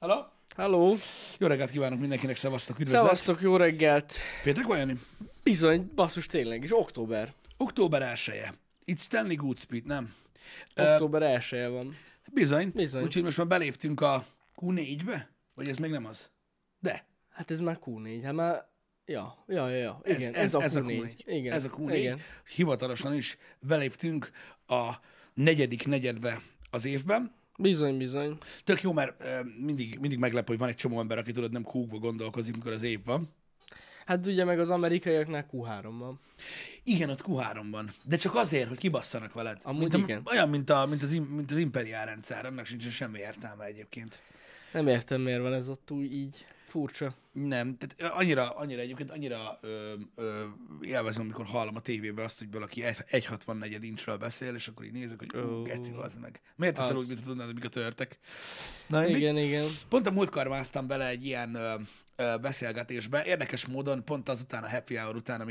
Hello? Hello! Jó reggelt kívánok mindenkinek, szevasztok, üdvözlet. Szevasztok, jó reggelt! Péntek van, Jani? Bizony, basszus tényleg, és október. Október 1-e. Itt Stanley Goodspeed, nem? Október 1-e van. Bizony. Bizony. Úgyhogy most már beléptünk a Q4-be? Vagy ez még nem az? De. Hát ez már Q4, hát már... Ja. Igen, Ez a a Q4. Q4. Igen. Ez a Q4. Igen. Hivatalosan is beléptünk a negyedik negyedbe az évben. Bizony. Tök jó, mert mindig meglep, hogy van egy csomó ember, aki tudod, nem Q-ba gondolkozik, mikor az év van. Hát ugye meg az amerikaiaknál Q3 van. Igen, ott Q3-ban. De csak azért, hogy kibasszanak veled. Amúgy igen. Olyan, mint az imperiál rendszer. Annak sincsen semmi értelme egyébként. Nem értem, miért van ez ott úgy így. Furcsa. Nem, tehát annyira élvezem, amikor hallom a tévében azt, hogy valaki 1,64 incsről beszél, és akkor így nézek, hogy geci, az meg. Miért teszel úgy, mint tudnád, amik a törtek? Na, Igen. Pont a múltkor másztam bele egy ilyen beszélgetésbe, érdekes módon, pont azután a happy hour után,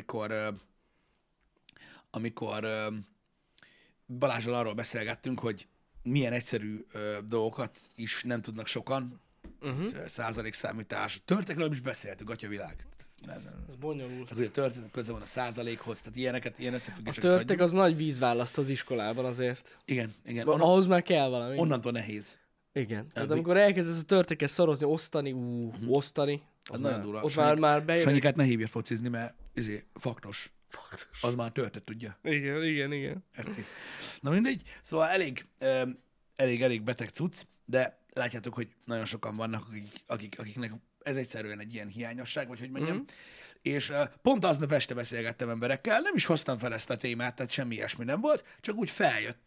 amikor Balázsral arról beszélgettünk, hogy milyen egyszerű dolgokat is nem tudnak sokan, százalékszámítás. Törtekről is beszéltünk, atyavilág. Nem. Ez bonyolult. Hát ugye a törteknek köze van a százalékhoz, tehát ilyen A összefüggéseket törtek hagyjuk. az nagy vízválaszt az iskolában azért. Igen. Ahhoz már kell valami. Onnantól nehéz. Igen. Tehát amikor elkezdesz a törteket szorozni, osztani, osztani. Az nagyon durva. Ott már bejön. Sanyikát ne hívja focizni, mert faktos. Az már törtet tudja. Igen. Erci. Na mindegy. Szóval elég beteg cucc, de látjátok, hogy nagyon sokan vannak, akiknek ez egyszerűen egy ilyen hiányosság, vagy hogy mondjam. És pont aznap este beszélgettem emberekkel, nem is hoztam fel ezt a témát, tehát semmi ilyesmi nem volt, csak úgy feljött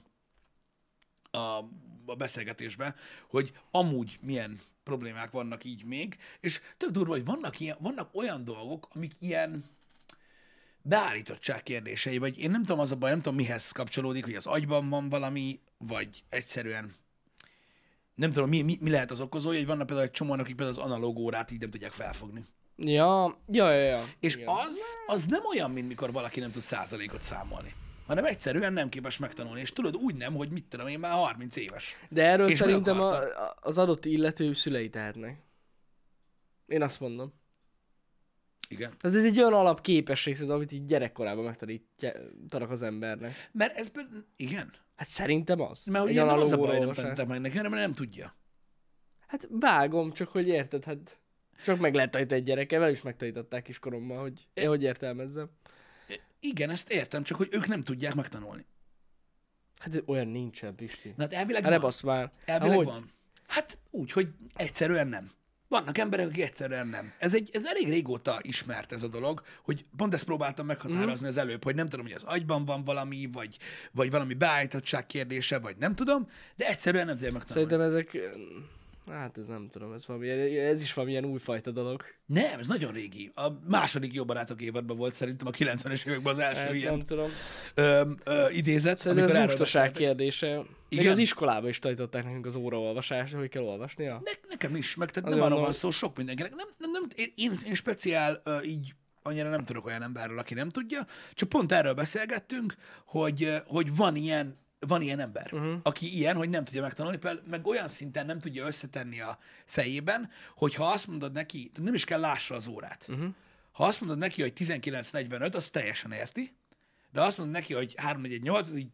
a beszélgetésbe, hogy amúgy milyen problémák vannak így még, és tök durva, hogy vannak olyan dolgok, amik ilyen beállítottság kérdései, vagy én nem tudom, az a baj, nem tudom mihez kapcsolódik, hogy az agyban van valami, vagy egyszerűen nem tudom, mi lehet az okozója, hogy vannak például egy csomóan, akik például az analóg órát így nem tudják felfogni. Ja. És igen. az nem olyan, mint mikor valaki nem tud százalékot számolni, hanem egyszerűen nem képes megtanulni, és tudod, úgy nem, hogy mit tudom én, már 30 éves. De erről És szerintem meg akarta. az adott illető szülei tehetnek. Én azt mondom. Igen. Tehát ez egy olyan alapképesség, szerintem, amit így gyerekkorában megtanítanak az embernek. Mert ez igen. Hát szerintem az. Mert Egy ugye nem az a analóg baj, nem óraolvasás. tanítom meg neki, hanem nem tudja. Hát vágom, csak hogy érted, hát csak meg lehet tanítani egy gyerekkel, velem is megtanították kiskoromban, hogy én hogy értelmezzem. Igen, ezt értem, csak hogy ők nem tudják megtanulni. Hát olyan nincsen, Pisti. Na hát elvileg Hát ne van. bassz már. Elvileg Ahogy? van. Hát úgy, hogy egyszerűen nem. Vannak emberek, akik egyszerűen nem. Ez elég régóta ismert ez a dolog, hogy pont ezt próbáltam meghatározni az előbb, hogy nem tudom, hogy az agyban van valami, vagy valami beállítottság kérdése, vagy nem tudom, de egyszerűen nem tudják megtanulni. Szerintem ezek... Hát ez nem tudom, ez is valamilyen újfajta dolog. Nem, ez nagyon régi. A második Jó Barátok évadban volt szerintem a 90-es években az első Hát, ilyen nem tudom. idézet. Szerintem ez erről lustaság beszéltek. kérdése. Még Igen? az iskolában is tanították nekünk az óraolvasást, hogy kell olvasnia. Nekem is, meg tehát Azért nem arra mondom, van szó, sok mindenkinek. Én speciál így annyira nem tudok olyan emberről, aki nem tudja, csak pont erről beszélgettünk, hogy van ilyen ember, aki ilyen, hogy nem tudja megtanulni, meg olyan szinten nem tudja összetenni a fejében, hogy ha azt mondod neki, tehát nem is kell lássa az órát. Ha azt mondod neki, hogy 19:45, az teljesen érti, de azt mondod neki, hogy 3:48, az így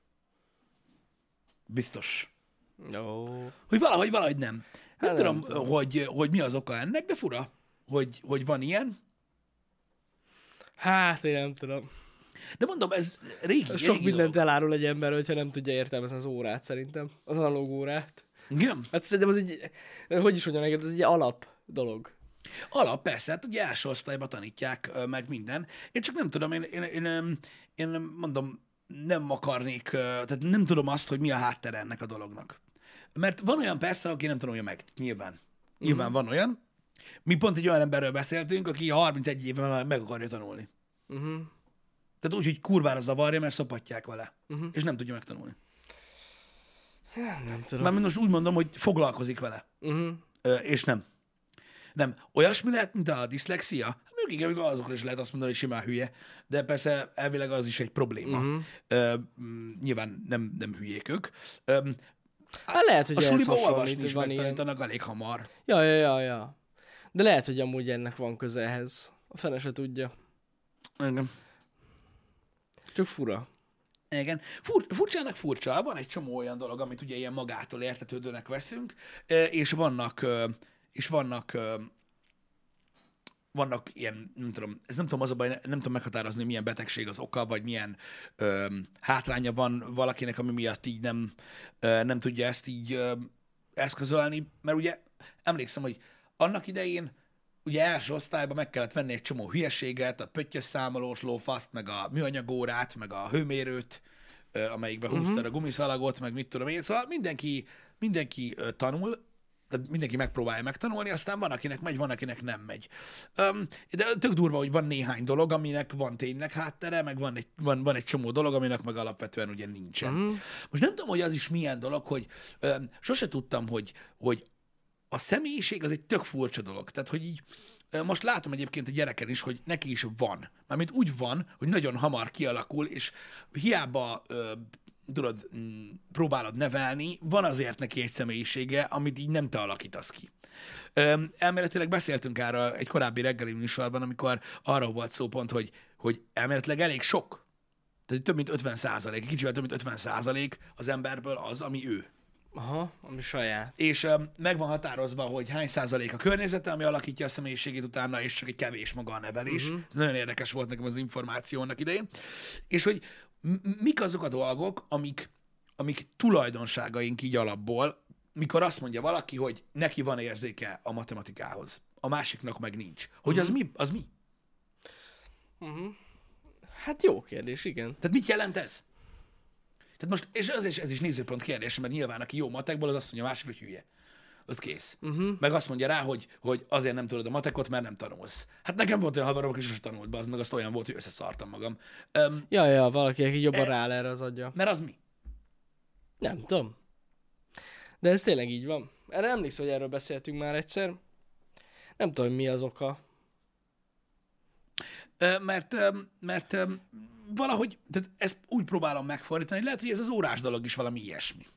biztos. Ó. Hogy valahogy nem. Nem Hát tudom, nem tudom. hogy mi az oka ennek, de fura, hogy van ilyen. Hát én nem tudom. De mondom, ez régi Sok mindent dolog. elárul egy ember, hogyha nem tudja értelmezni az órát szerintem. Az analóg órát. Igen? Hát szerintem az egy, hogy is mondjam neked, ez egy alap dolog. Alap, persze, hát ugye első osztályban tanítják meg minden. Én csak nem tudom, én mondom, nem akarnék, tehát nem tudom azt, hogy mi a háttere ennek a dolognak. Mert van olyan persze, aki nem tanulja meg, nyilván. Nyilván van olyan. Mi pont egy olyan emberről beszéltünk, aki 31 éve már meg akarja tanulni. Tehát úgy, hogy kurvára zavarja, mert szopatják vele. És nem tudja megtanulni. Nem tudom. Mármint most úgy mondom, hogy foglalkozik vele. És nem. Nem. Olyasmi lehet, mint a diszlexia? Hát még igen, azokra is lehet azt mondani, hogy simán hülye, de persze elvileg az is egy probléma. Nyilván nem hülyék ők. Hát lehet, hogy A ehhez suliba hasonlít, olvasni hogy is van ilyen. megtanítanak elég hamar. Ja. De lehet, hogy amúgy ennek van köze ehhez. A fene se tudja. Igen. Csak fura. Igen. Furcsának furcsa, van egy csomó olyan dolog, amit ugye ilyen magától értetődőnek veszünk, és vannak ilyen, nem tudom, ez nem tudom, az a baj, nem tudom meghatározni, milyen betegség az oka, vagy milyen hátránya van valakinek, ami miatt így nem tudja ezt így eszközölni, mert ugye emlékszem, hogy annak idején ugye első osztályban meg kellett venni egy csomó hülyeséget, a pöttyös számolós lófaszt, meg a műanyagórát, meg a hőmérőt, amelyikbe húztad a gumiszalagot, meg mit tudom én. Szóval mindenki tanul, tehát mindenki megpróbálja megtanulni, aztán van, akinek megy, van, akinek nem megy. De tök durva, hogy van néhány dolog, aminek van tényleg háttere, meg van egy csomó dolog, aminek meg alapvetően ugye nincsen. Most nem tudom, hogy az is milyen dolog, hogy sose tudtam, hogy a személyiség az egy tök furcsa dolog. Tehát, hogy így most látom egyébként a gyereken is, hogy neki is van. Mármint úgy van, hogy nagyon hamar kialakul, és hiába tudod, próbálod nevelni, van azért neki egy személyisége, amit így nem te alakítasz ki. Elméletileg beszéltünk erről egy korábbi reggeli műsorban, amikor arra volt szó pont, hogy elméletileg elég sok. Tehát több mint 50%, kicsivel több mint 50% az emberből az, ami ő. Aha, ami saját. És meg van határozva, hogy hány százalék a környezete, ami alakítja a személyiségét utána, és csak egy kevés maga a nevelés. Ez nagyon érdekes volt nekem az információ annak idején. És hogy mik azok a dolgok, amik tulajdonságaink így alapból, mikor azt mondja valaki, hogy neki van érzéke a matematikához, a másiknak meg nincs. Hogy az mi? Az mi? Hát jó kérdés, igen. Tehát mit jelent ez? Tehát most, és ez is nézőpont kérdés, mert nyilván aki jó matekból, az azt mondja a másik, hogy hülye. Az kész. Meg azt mondja rá, hogy azért nem tudod a matekot, mert nem tanulsz. Hát nekem volt olyan haverom, aki sosem tanult be, az meg azt olyan volt, hogy összeszartam magam. Ja, valaki, aki jobban rááll erre az adja. Mert az mi? Nem tudom. De ez tényleg így van. Erre emlékszem, hogy erről beszéltünk már egyszer. Nem tudom, mi az oka. Mert valahogy, tehát ezt úgy próbálom megfordítani, hogy lehet, hogy ez az órás dolog is valami ilyesmi.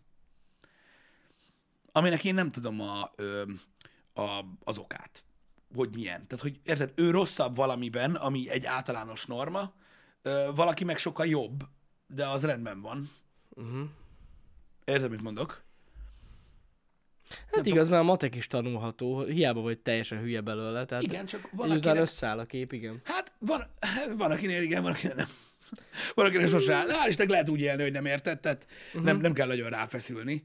Aminek én nem tudom az okát, hogy milyen. Tehát, hogy érted, ő rosszabb valamiben, ami egy általános norma, valaki meg sokkal jobb, de az rendben van. Érted, mit mondok? Hát igaz, mert a matek is tanulható, hiába vagy teljesen hülye belőle. Tehát igen, csak van, akinek... akinek... összeáll a kép, igen. Hát van akinél igen, van akinél nem. Van akinél sosem áll. Hál' Istennek lehet úgy élni, hogy nem érted, tehát nem kell nagyon ráfeszülni.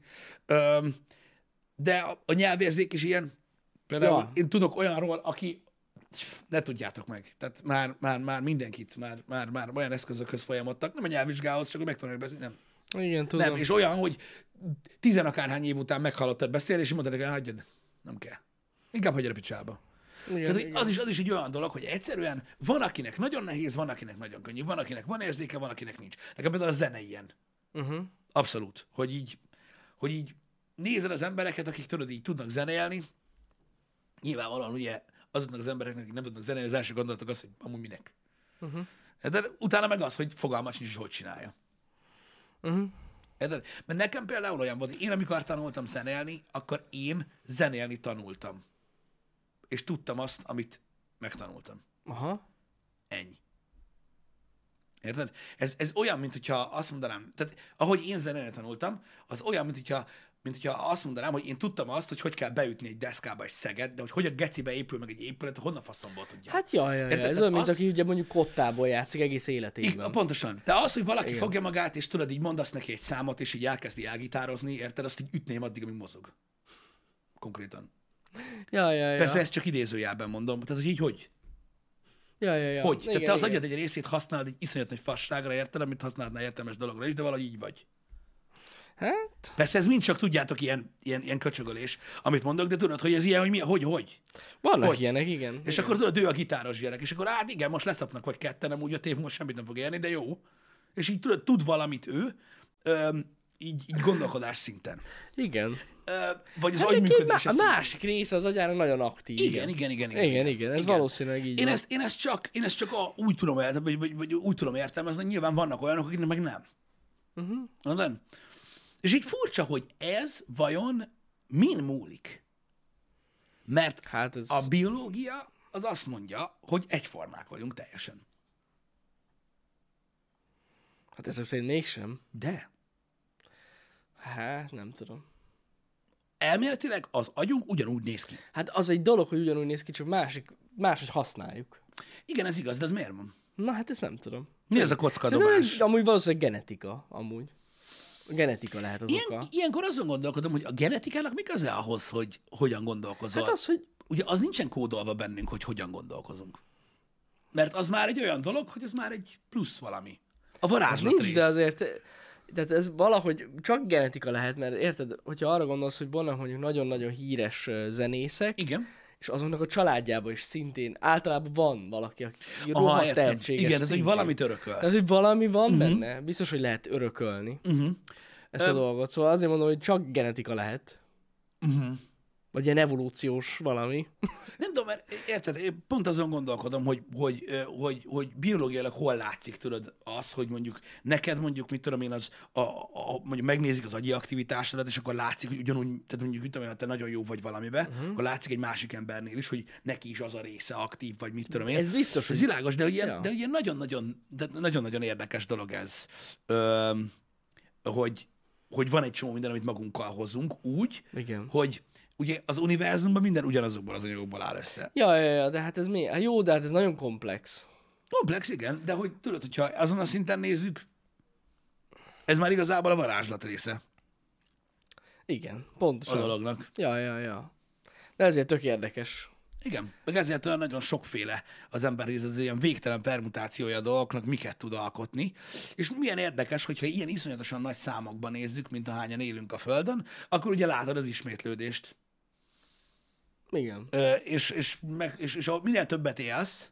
De a nyelvérzék is ilyen. Például én tudok olyanról, aki ne tudjátok meg. Tehát már mindenkit, már olyan eszközökhöz folyamodtak, nem a nyelvvizsgához, csak hogy megtanulják beszélni, nem. Igen, tudom. Nem, és olyan, hogy 10 akárhány év után meghallottad beszélni, és mondtad, hogy hagyjad, nem kell. Inkább hagyjad a picsába. Igen, Tehát az is egy olyan dolog, hogy egyszerűen van, akinek nagyon nehéz, van, akinek nagyon könnyű, van, akinek van érzéke, van, akinek nincs. Nekem például a zene ilyen. Abszolút. Hogy így nézed az embereket, akik tudod, így tudnak zenélni, nyilvánvalóan ugye azoknak az embereknek, akik nem tudnak zenélni, az első gondolatok az, hogy amúgy minek. De utána meg az, hogy fogalmas nincs, hogy csinálja. Mert nekem például olyan volt, hogy én amikor tanultam zenélni, akkor én zenélni tanultam. És tudtam azt, amit megtanultam. Aha. Ennyi. Érted? Ez olyan, mint hogyha azt mondanám, tehát ahogy én zenélni tanultam, az olyan, mint hogyha azt mondanám, hogy én tudtam azt, hogy kell beütni egy deszkába egy szeget, de hogy a gecibe épül meg egy épület, honnan faszomból tudja. Hát jaj. Ez olyan, mint aki ugye mondjuk kottából játszik egész életében. Pontosan. De az, hogy valaki fogja magát, és tudod, így mondasz neki egy számot, és így elkezdi elgitározni, érted? Azt így ütném addig, amíg mozog. Konkrétan. Ja. Persze ezt csak idézőjelben mondom. Tehát, hogy így hogy? Ja. Hogy? Tehát te az agyad egy részét használod egy iszonyat nagy fasságra, érted, amit használhatnál értelmes dologra is, de valahogy így vagy. Hát? Persze ez mind csak tudjátok ilyen köcsögölés, amit mondok, de tudod, hogy ez ilyen, hogy mi, hogy? Vannak ilyenek, igen. És akkor tudod, ő a gitáros gyerek, és akkor hát igen, most leszapnak vagy ketten, amúgy a tév most semmit nem fog érni, de jó. És így tudod, tud valamit ő, így gondolkodás szinten. Igen. Vagy az agyműködése szinten. A másik része az agyának nagyon aktív. Igen. Ez valószínűleg így van. Én ezt csak úgy tudom vagy úgy tudom értelmezni, nyilván vannak olyanok, akiknek meg nem. És így furcsa, hogy ez vajon min múlik? Mert Hát ez... a biológia az azt mondja, hogy egyformák vagyunk teljesen. Hát ezek szerint mégsem. De Hát nem tudom. elméletileg az agyunk ugyanúgy néz ki. Hát az egy dolog, hogy ugyanúgy néz ki, csak máshogy használjuk. Igen, ez igaz, de ez miért van? Na hát ezt nem tudom. Mi ez a kockadobás? Amúgy valószínűleg genetika, amúgy. A genetika lehet az oka. Ilyenkor azon gondolkodom, hogy a genetikának mi köze ahhoz, hogy hogyan gondolkozol. Hát az, hogy Ugye az nincsen kódolva bennünk, hogy hogyan gondolkozunk. Mert az már egy olyan dolog, hogy ez már egy plusz valami. A varázslat nincs, rész. de azért, tehát ez valahogy csak genetika lehet, mert érted, hogyha arra gondolsz, hogy vannak mondjuk nagyon-nagyon híres zenészek, Igen. és azoknak a családjában is szintén általában van valaki, aki Aha, rohadt értem. tehetséges. Igen, ez hogy szintén. valamit örökölsz. Tehát, hogy valami van benne, biztos, hogy lehet örökölni ezt a dolgot. Szóval azért mondom, hogy csak genetika lehet. Vagy ilyen evolúciós valami. Nem tudom, mert érted, én pont azon gondolkodom, hogy biológiailag hol látszik, tudod, az, hogy mondjuk neked mondjuk, mit tudom én, mondjuk megnézik az agyi aktivitásodat, és akkor látszik, hogy ugyanúgy, tehát mondjuk, mit tudom én, te nagyon jó vagy valamibe, akkor látszik egy másik embernél is, hogy neki is az a része aktív, vagy mit tudom én. Ez biztos, Ez hogy... világos, de hogy ilyen nagyon-nagyon érdekes dolog ez, hogy van egy csomó minden, amit magunkkal hozunk úgy, Igen. hogy ugye az univerzumban minden ugyanazokból az anyagokból áll össze. Ja, de hát ez mi? Hát jó, de hát ez nagyon komplex. Komplex, igen, de hogy tudod, hogyha azon a szinten nézzük, ez már igazából a varázslat része Igen, a pontosan. dolognak. Ja. De ezért tök érdekes. Igen, meg ezért olyan nagyon sokféle az ember rész, az ilyen végtelen permutációja a dolgoknak, miket tud alkotni. És milyen érdekes, hogyha ilyen iszonyatosan nagy számokban nézzük, mint ahányan élünk a Földön, akkor ugye látod az ismétlődést. Igen. És minél többet élsz,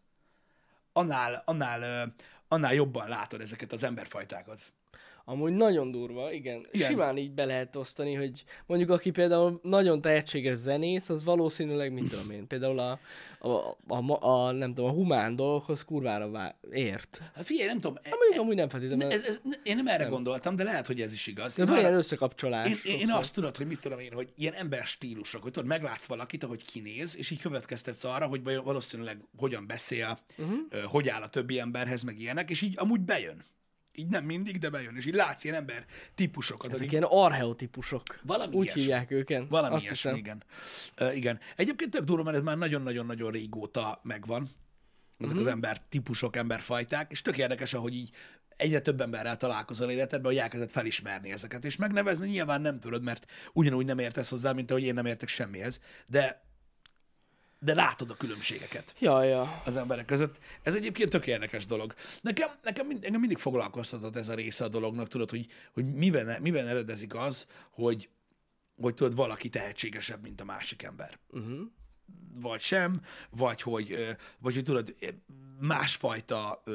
annál jobban látod ezeket az emberfajtákat. Amúgy nagyon durva, igen. Igen. Simán így be lehet osztani, hogy mondjuk aki például nagyon tehetséges zenész, az valószínűleg, mit tudom én, például nem tudom, a humán dolgokhoz kurvára ért. Hát figyelj, nem tudom, Mondjuk amúgy nem feltétlenül. én nem erre gondoltam, de lehet, hogy ez is igaz. De van ilyen összekapcsolás. Én azt tudod, hogy mit tudom én, hogy ilyen emberstílusok, hogy tudod, meglátsz valakit, ahogy kinéz, és így következtetsz arra, hogy valószínűleg hogyan beszél, hogy áll a többi emberhez, meg ilyenek, és így amúgy bejön. Így nem mindig, de bejön, és így látsz ilyen ember típusokat. Ezek ilyen archeotípusok. Valami Úgy ilyesmi. hívják őket. Valami Azt ilyesmi, hiszem. igen. Igen. Egyébként tök durva, mert ez már nagyon-nagyon-nagyon régóta megvan. Ezek az ember típusok, emberfajták, és tök érdekes, ahogy így egyre több emberrel találkozol életedben, hogy elkezded felismerni ezeket. És megnevezni nyilván nem tudod, mert ugyanúgy nem értesz hozzá, mint ahogy én nem értek semmihez. De látod a különbségeket Ja. az emberek között. Ez egyébként tök érdekes dolog. Engem mindig foglalkoztatott ez a része a dolognak, tudod, hogy miben eredezik az, hogy tudod, valaki tehetségesebb, mint a másik ember. Vagy sem, vagy hogy tudod, másfajta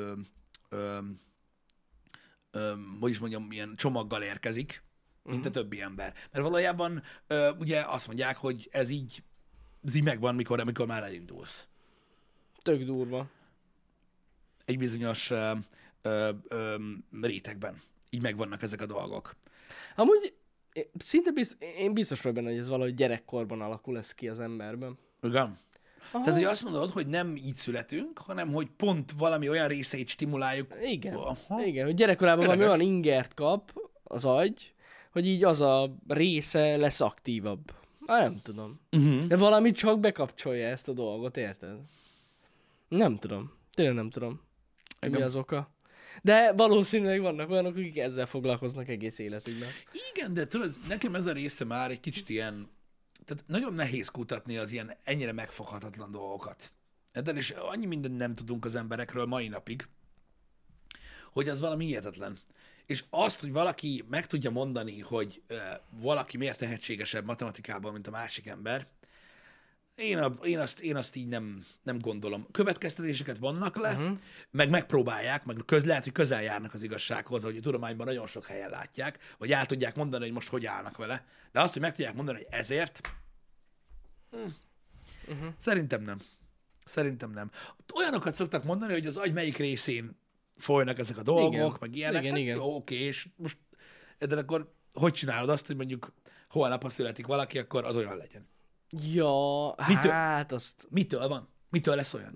hogy is mondjam, ilyen csomaggal érkezik, mint a többi ember. Mert valójában ugye azt mondják, hogy ez így megvan, amikor már elindulsz. Tök durva. Egy bizonyos rétegben. Így megvannak ezek a dolgok. Amúgy én biztos vagyok benne, hogy ez valahogy gyerekkorban alakul ez ki az emberben. Igen? Tehát, hogy azt mondod, hogy nem így születünk, hanem hogy pont valami olyan részeit stimuláljuk. Igen. Aha. Igen, hogy gyerekkorában valami Érdekes. olyan ingert kap az agy, hogy így az a része lesz aktívabb. Nem tudom. De valami csak bekapcsolja ezt a dolgot, érted? Nem tudom. Tényleg nem tudom, hogy mi Igen. az oka. De valószínűleg vannak olyanok, akik ezzel foglalkoznak egész életükben. Igen, de tudod, nekem ez a része már egy kicsit ilyen, tehát nagyon nehéz kutatni az ilyen ennyire megfoghatatlan dolgokat. De és annyi mindent nem tudunk az emberekről mai napig, hogy az valami hihetetlen. És azt, hogy valaki meg tudja mondani, hogy valaki miért tehetségesebb matematikában, mint a másik ember, én azt így nem gondolom. Következtetéseket vannak le, meg megpróbálják, meg lehet, hogy közel járnak az igazsághoz, hogy a tudományban nagyon sok helyen látják, vagy el tudják mondani, hogy most hogy állnak vele. De azt, hogy meg tudják mondani, hogy ezért, szerintem nem. Szerintem nem. Olyanokat szoktak mondani, hogy az agy melyik részén folynak ezek a dolgok, Igen. meg ilyenek. Igen. Jó, oké, és most, de akkor hogy csinálod azt, hogy mondjuk holnap, ha születik valaki, akkor az olyan legyen. Ja, Mitől? hát azt... Mitől van? Mitől lesz olyan?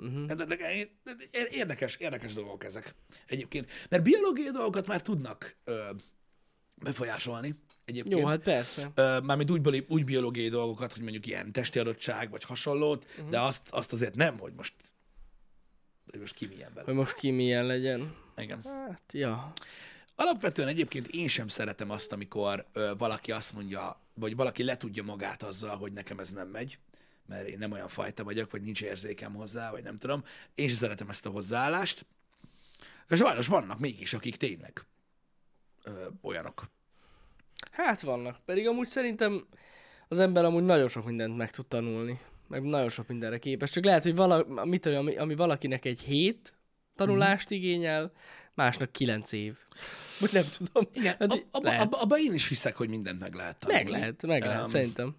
Érdekes dolgok ezek egyébként. Mert biológiai dolgokat már tudnak befolyásolni egyébként. Jó, hát persze. Mármint úgy biológiai dolgokat, hogy mondjuk ilyen testi adottság, vagy hasonlót, de azt azért nem, hogy most ki milyen vele. Hogy most ki milyen legyen. Igen. Hát, ja. Alapvetően egyébként én sem szeretem azt, amikor valaki azt mondja, vagy valaki letudja magát azzal, hogy nekem ez nem megy, mert én nem olyan fajta vagyok, vagy nincs érzékem hozzá, vagy nem tudom. Én sem szeretem ezt a hozzáállást. De sajnos vannak mégis, akik tényleg olyanok. Hát vannak. Pedig amúgy szerintem az ember amúgy nagyon sok mindent meg tud tanulni. Meg nagyon sok mindenre képes. Csak lehet, hogy ami valakinek egy hét tanulást igényel, másnak 9 év. Most nem tudom. Igen, Hát, abban én is hiszek, hogy mindent meg lehet tanulni. Meg lehet, szerintem.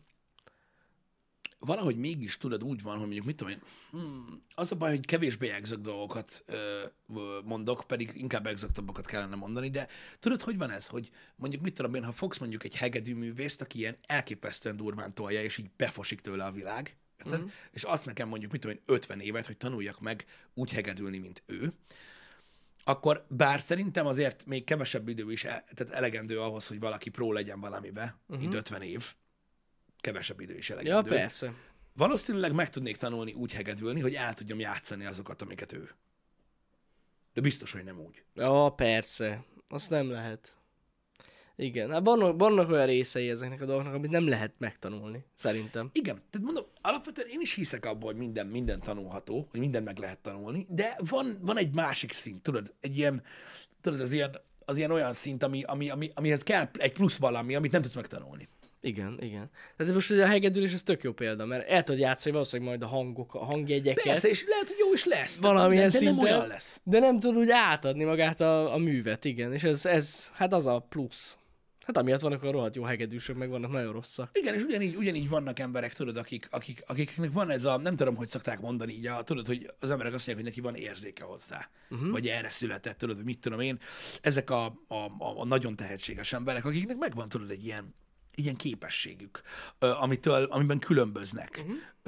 Valahogy mégis tudod, úgy van, hogy mondjuk, mit tudom én, az a baj, hogy kevésbé exakt dolgokat mondok, pedig inkább exaktabbakat kellene mondani, de tudod, hogy van ez, hogy mondjuk, mit tudom én, ha fogsz mondjuk egy hegedű művészt, aki ilyen elképesztően durván tolja, és így befosik tőle a világ, és azt nekem mondjuk, mit tudom én, 50 évet, hogy tanuljak meg úgy hegedülni, mint ő, akkor bár szerintem azért még kevesebb idő is, tehát elegendő ahhoz, hogy valaki pró legyen valamibe, mint 50 év, kevesebb idő is elegendő. Ja, persze. Valószínűleg meg tudnék tanulni úgy hegedülni, hogy el tudjam játszani azokat, amiket ő. De biztos, hogy nem úgy. Ja, persze. Azt nem lehet. Igen. Hát vannak olyan részei ezeknek a dolgoknak, amit nem lehet megtanulni, szerintem. Igen. Tehát mondom, alapvetően én is hiszek abban, hogy minden tanulható, hogy minden meg lehet tanulni, de van egy másik szint, tudod, egy ilyen, tudod, az ilyen olyan szint, amihez kell egy plusz valami, amit nem tudsz megtanulni. Igen. Tehát most ugye a hegedülés, ez tök jó példa, mert el tudod játszani valószínűleg majd a hangjegyeket. Persze, és lehet, hogy jó is lesz. Valamilyen de szinten, nem olyan lesz. de nem tudod úgy átadni magát a művet, igen. És ez hát az a plusz. Hát amiatt vannak a rohadt jó hegedűsök, meg vannak nagyon rosszak. Igen, és ugyanígy vannak emberek, tudod, akiknek van ez a, nem tudom, hogy szokták mondani így, tudod, hogy az emberek azt mondják, hogy neki van érzéke hozzá, vagy erre született, tudod, hogy mit tudom én. Ezek a nagyon tehetséges emberek, akiknek megvan, tudod, egy ilyen képességük, amiben különböznek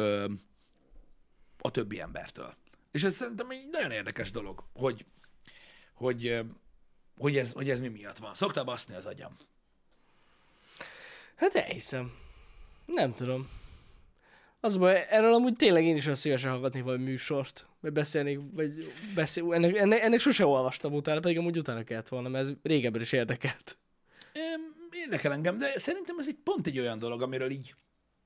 a többi embertől. És ez szerintem egy nagyon érdekes dolog, hogy ez mi miatt van. Szoktál baszni az agyam. Hát elhiszem. Nem tudom. Az baj, erről amúgy tényleg én is olyan szívesen hallgatnék valami műsort, vagy beszélnék, ennek sose olvastam utána, pedig amúgy utána kellett volna, mert ez régebben is érdekelt. Érdekel engem, de szerintem ez pont egy olyan dolog, amiről így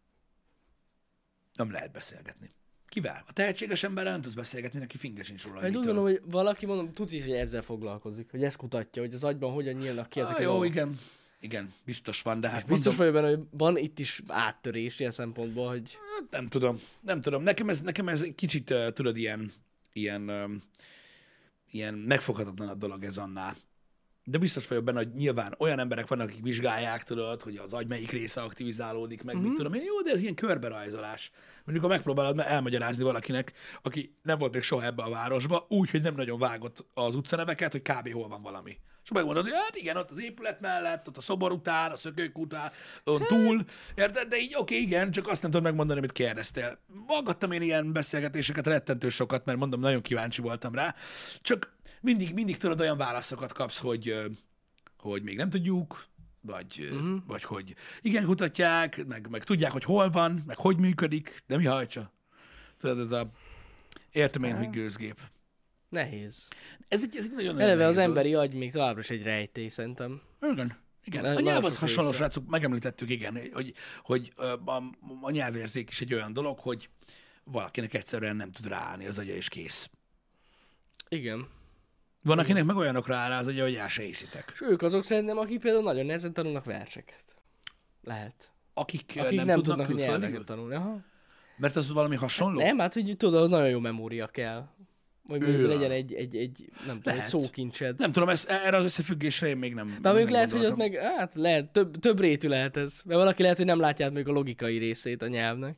nem lehet beszélgetni. Kivel? A tehetséges emberrel nem tudsz beszélgetni, neki finge sincs róla. Úgy gondolom, hogy valaki, tudja, hogy ezzel foglalkozik, hogy ezt kutatja, hogy az agyban hogyan nyílnak ki ezek a jó, dolgok. igen, biztos van, de hát biztos vagyok benne, hogy van itt is áttörés ilyen szempontból, hogy... Nem tudom. Nekem ez egy kicsit, tudod, ilyen megfoghatatlan a dolog ez annál. De biztos vagyok benne, hogy nyilván olyan emberek vannak, akik vizsgálják, tudod, hogy az agy melyik része aktivizálódik, meg mit tudom én. Jó, de ez ilyen körberajzolás. Mondjuk, ha megpróbálod elmagyarázni valakinek, aki nem volt még soha ebbe a városba, úgy, hogy nem nagyon vágott az utcaneveket, hogy kb. Hol van valami. És megmondod, hogy hát igen, ott az épület mellett, ott a szobor után, a szökők után, ott túl, érted? De így oké, igen, csak azt nem tudod megmondani, amit kérdeztél. Hallgattam én ilyen beszélgetéseket rettentő sokat, mert mondom, nagyon kíváncsi voltam rá. Csak mindig tudod, olyan válaszokat kapsz, hogy még nem tudjuk, vagy hogy igen, kutatják, meg tudják, hogy hol van, meg hogy működik, de mi hajtsa. Tudod, ez a értem én, hogy gőzgép. Nehéz. Ez egy nagyon eleve az emberi agy még továbbra is egy rejtély, szerintem. Igen. A nyelv az hasonló, srácok, megemlítettük, igen, hogy a nyelvérzék is egy olyan dolog, hogy valakinek egyszerűen nem tud ráállni az agya, és kész. Igen. Van, akinek meg olyanokra áll rá az agya, hogy el se hiszitek. És ők azok szerintem, akik például nagyon nehezen tanulnak verseket. Lehet. Akik nem tudnak külföldről tanulni. Aha. Mert az valami hasonló? Nem, hát hogy tudod, nagyon jó memória kell. Vagy mondjuk legyen egy nem tudom, egy szókincsed. Nem tudom, erre az összefüggésre én még nem. De mondjuk lehet, hogy ott meg, hát lehet, több rétű lehet ez. Mert valaki lehet, hogy nem látja át még a logikai részét a nyelvnek.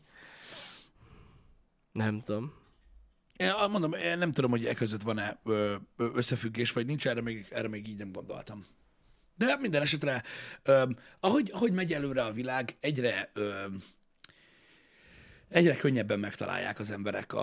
Nem tudom. Én mondom, nem tudom, hogy között van-e összefüggés, vagy nincs, erre még így nem gondoltam. De minden esetre, ahogy megy előre a világ, egyre könnyebben megtalálják az emberek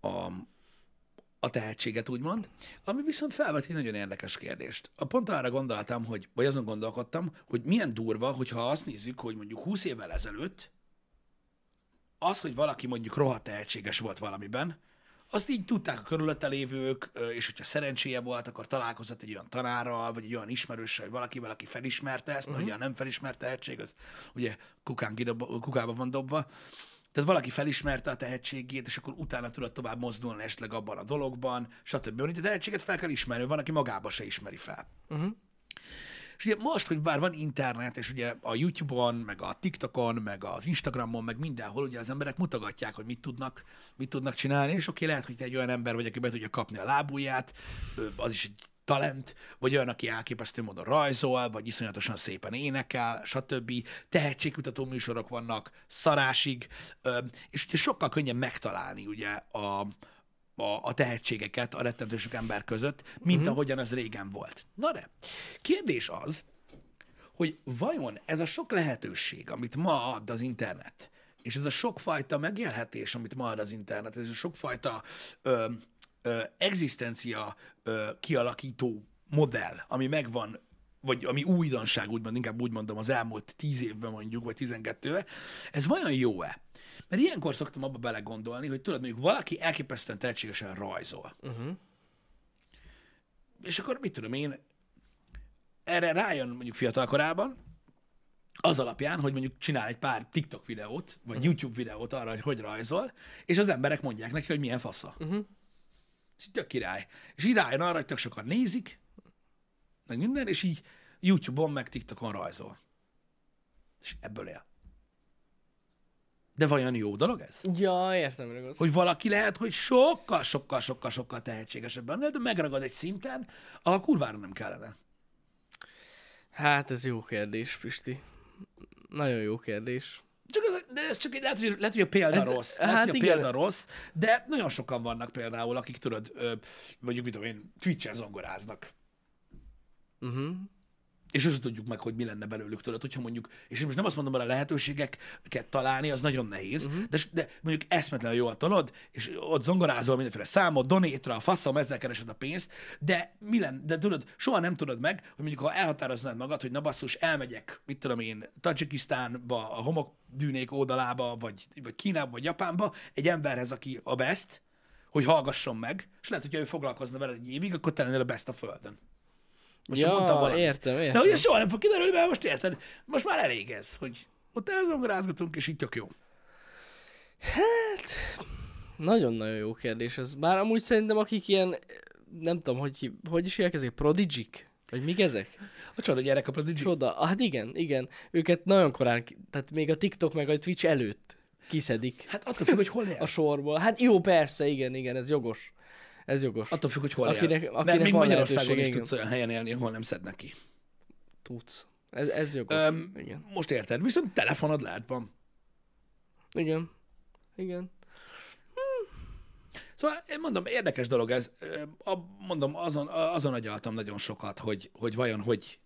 a tehetséget, úgymond, ami viszont felvet egy nagyon érdekes kérdést. Pont arra gondoltam, vagy azon gondolkodtam, hogy milyen durva, hogyha azt nézzük, hogy mondjuk 20 évvel ezelőtt az, hogy valaki mondjuk rohadt tehetséges volt valamiben, azt így tudták a körülötte lévők, és hogyha szerencséje volt, akkor találkozott egy olyan tanárral, vagy egy olyan ismerőssel, vagy valakivel, aki felismerte ezt, mert ugye a nem felismert tehetség, az ugye kukába van dobva. Tehát valaki felismerte a tehetségét, és akkor utána tudott tovább mozdulni esetleg abban a dologban, stb. Mert a tehetséget fel kell ismerni, van, aki magába se ismeri fel. És ugye most, hogy bár van internet, és ugye a YouTube-on, meg a TikTokon, meg az Instagramon, meg mindenhol, ugye az emberek mutogatják, hogy mit tudnak csinálni, és oké, lehet, hogy te egy olyan ember vagy, aki be tudja kapni a lábujját, az is egy talent, vagy olyan, aki elképesztő módon rajzol, vagy iszonyatosan szépen énekel, stb. Tehetségkutató műsorok vannak szarásig, és ugye sokkal könnyebb megtalálni ugye a tehetségeket a rettentő sok ember között, mint ahogyan az régen volt. Na de, kérdés az, hogy vajon ez a sok lehetőség, amit ma ad az internet, és ez a sokfajta megélhetés, amit ma ad az internet, ez a sokfajta egzisztencia kialakító modell, ami megvan, vagy ami újdonság, úgymond, inkább úgy mondom, az elmúlt 10 évben mondjuk, vagy 12-ben, ez vajon jó-e? Mert ilyenkor szoktam abba belegondolni, hogy tudod, mondjuk valaki elképesztően tehetségesen rajzol. És akkor mit tudom én, erre rájön mondjuk fiatal korában, az alapján, hogy mondjuk csinál egy pár TikTok videót, vagy YouTube videót arra, hogy rajzol, és az emberek mondják neki, hogy milyen fasza. És így tök király. És így rájön arra, hogy tök sokan nézik, meg minden, és így YouTube-on, meg TikTokon rajzol. És ebből él. De vajon jó dolog ez? Ja, értem, hogy hogy valaki lehet, hogy sokkal tehetségesebb ennél, de megragad egy szinten, ahol kurvára nem kellene. Hát ez jó kérdés, Pisti. Nagyon jó kérdés. De ez csak lehet, hogy a példa rossz. Lehet, hogy a példa rossz, de nagyon sokan vannak például, akik tudod, mondjuk, mit tudom én, Twitch-en zongoráznak. És azt tudjuk meg, hogy mi lenne belőlük, tudod, hogyha mondjuk, és most nem azt mondom, hogy a lehetőségeket találni, az nagyon nehéz, de mondjuk eszmetlenül jól tudod, és ott zongorázol mindenféle számot, donétra, a faszom, ezzel keresed a pénzt, de mi lenne, de tudod, soha nem tudod meg, hogy mondjuk ha elhatároznád magad, hogy na basszus, elmegyek, mit tudom én, Tadzsikisztánba, a homokdűnék oldalába, vagy Kínába, vagy Japánba, egy emberhez, aki a best, hogy hallgasson meg, és lehet, hogyha ő foglalkozna veled egy évig, akkor te lennél a best a földön. Most ja, értem. De hogy ez soha nem fog kiderülni, mert most érted, most már elég ez, hogy ott elzongorázgatunk, és így tök jó. Hát, nagyon-nagyon jó kérdés ez. Bár amúgy szerintem akik ilyen, nem tudom, hogy is hívják ezek, prodigik? Vagy mik ezek? A csoda gyerek a prodigy. Csoda, hát igen. Őket nagyon korán, tehát még a TikTok meg a Twitch előtt kiszedik. Hát attól függ, hogy hol él. A sorból. Hát jó, persze, igen, ez jogos. Ez jogos. Attól függ, hogy hol akinek Mert még Magyarországon is igen. tudsz olyan helyen élni, ahol nem szednek ki. Tudsz. Ez jogos. Igen. Most érted, viszont telefonod lehet van. Igen. Szóval én mondom, érdekes dolog ez. Mondom, azon agyaltam nagyon sokat, hogy vajon, hogy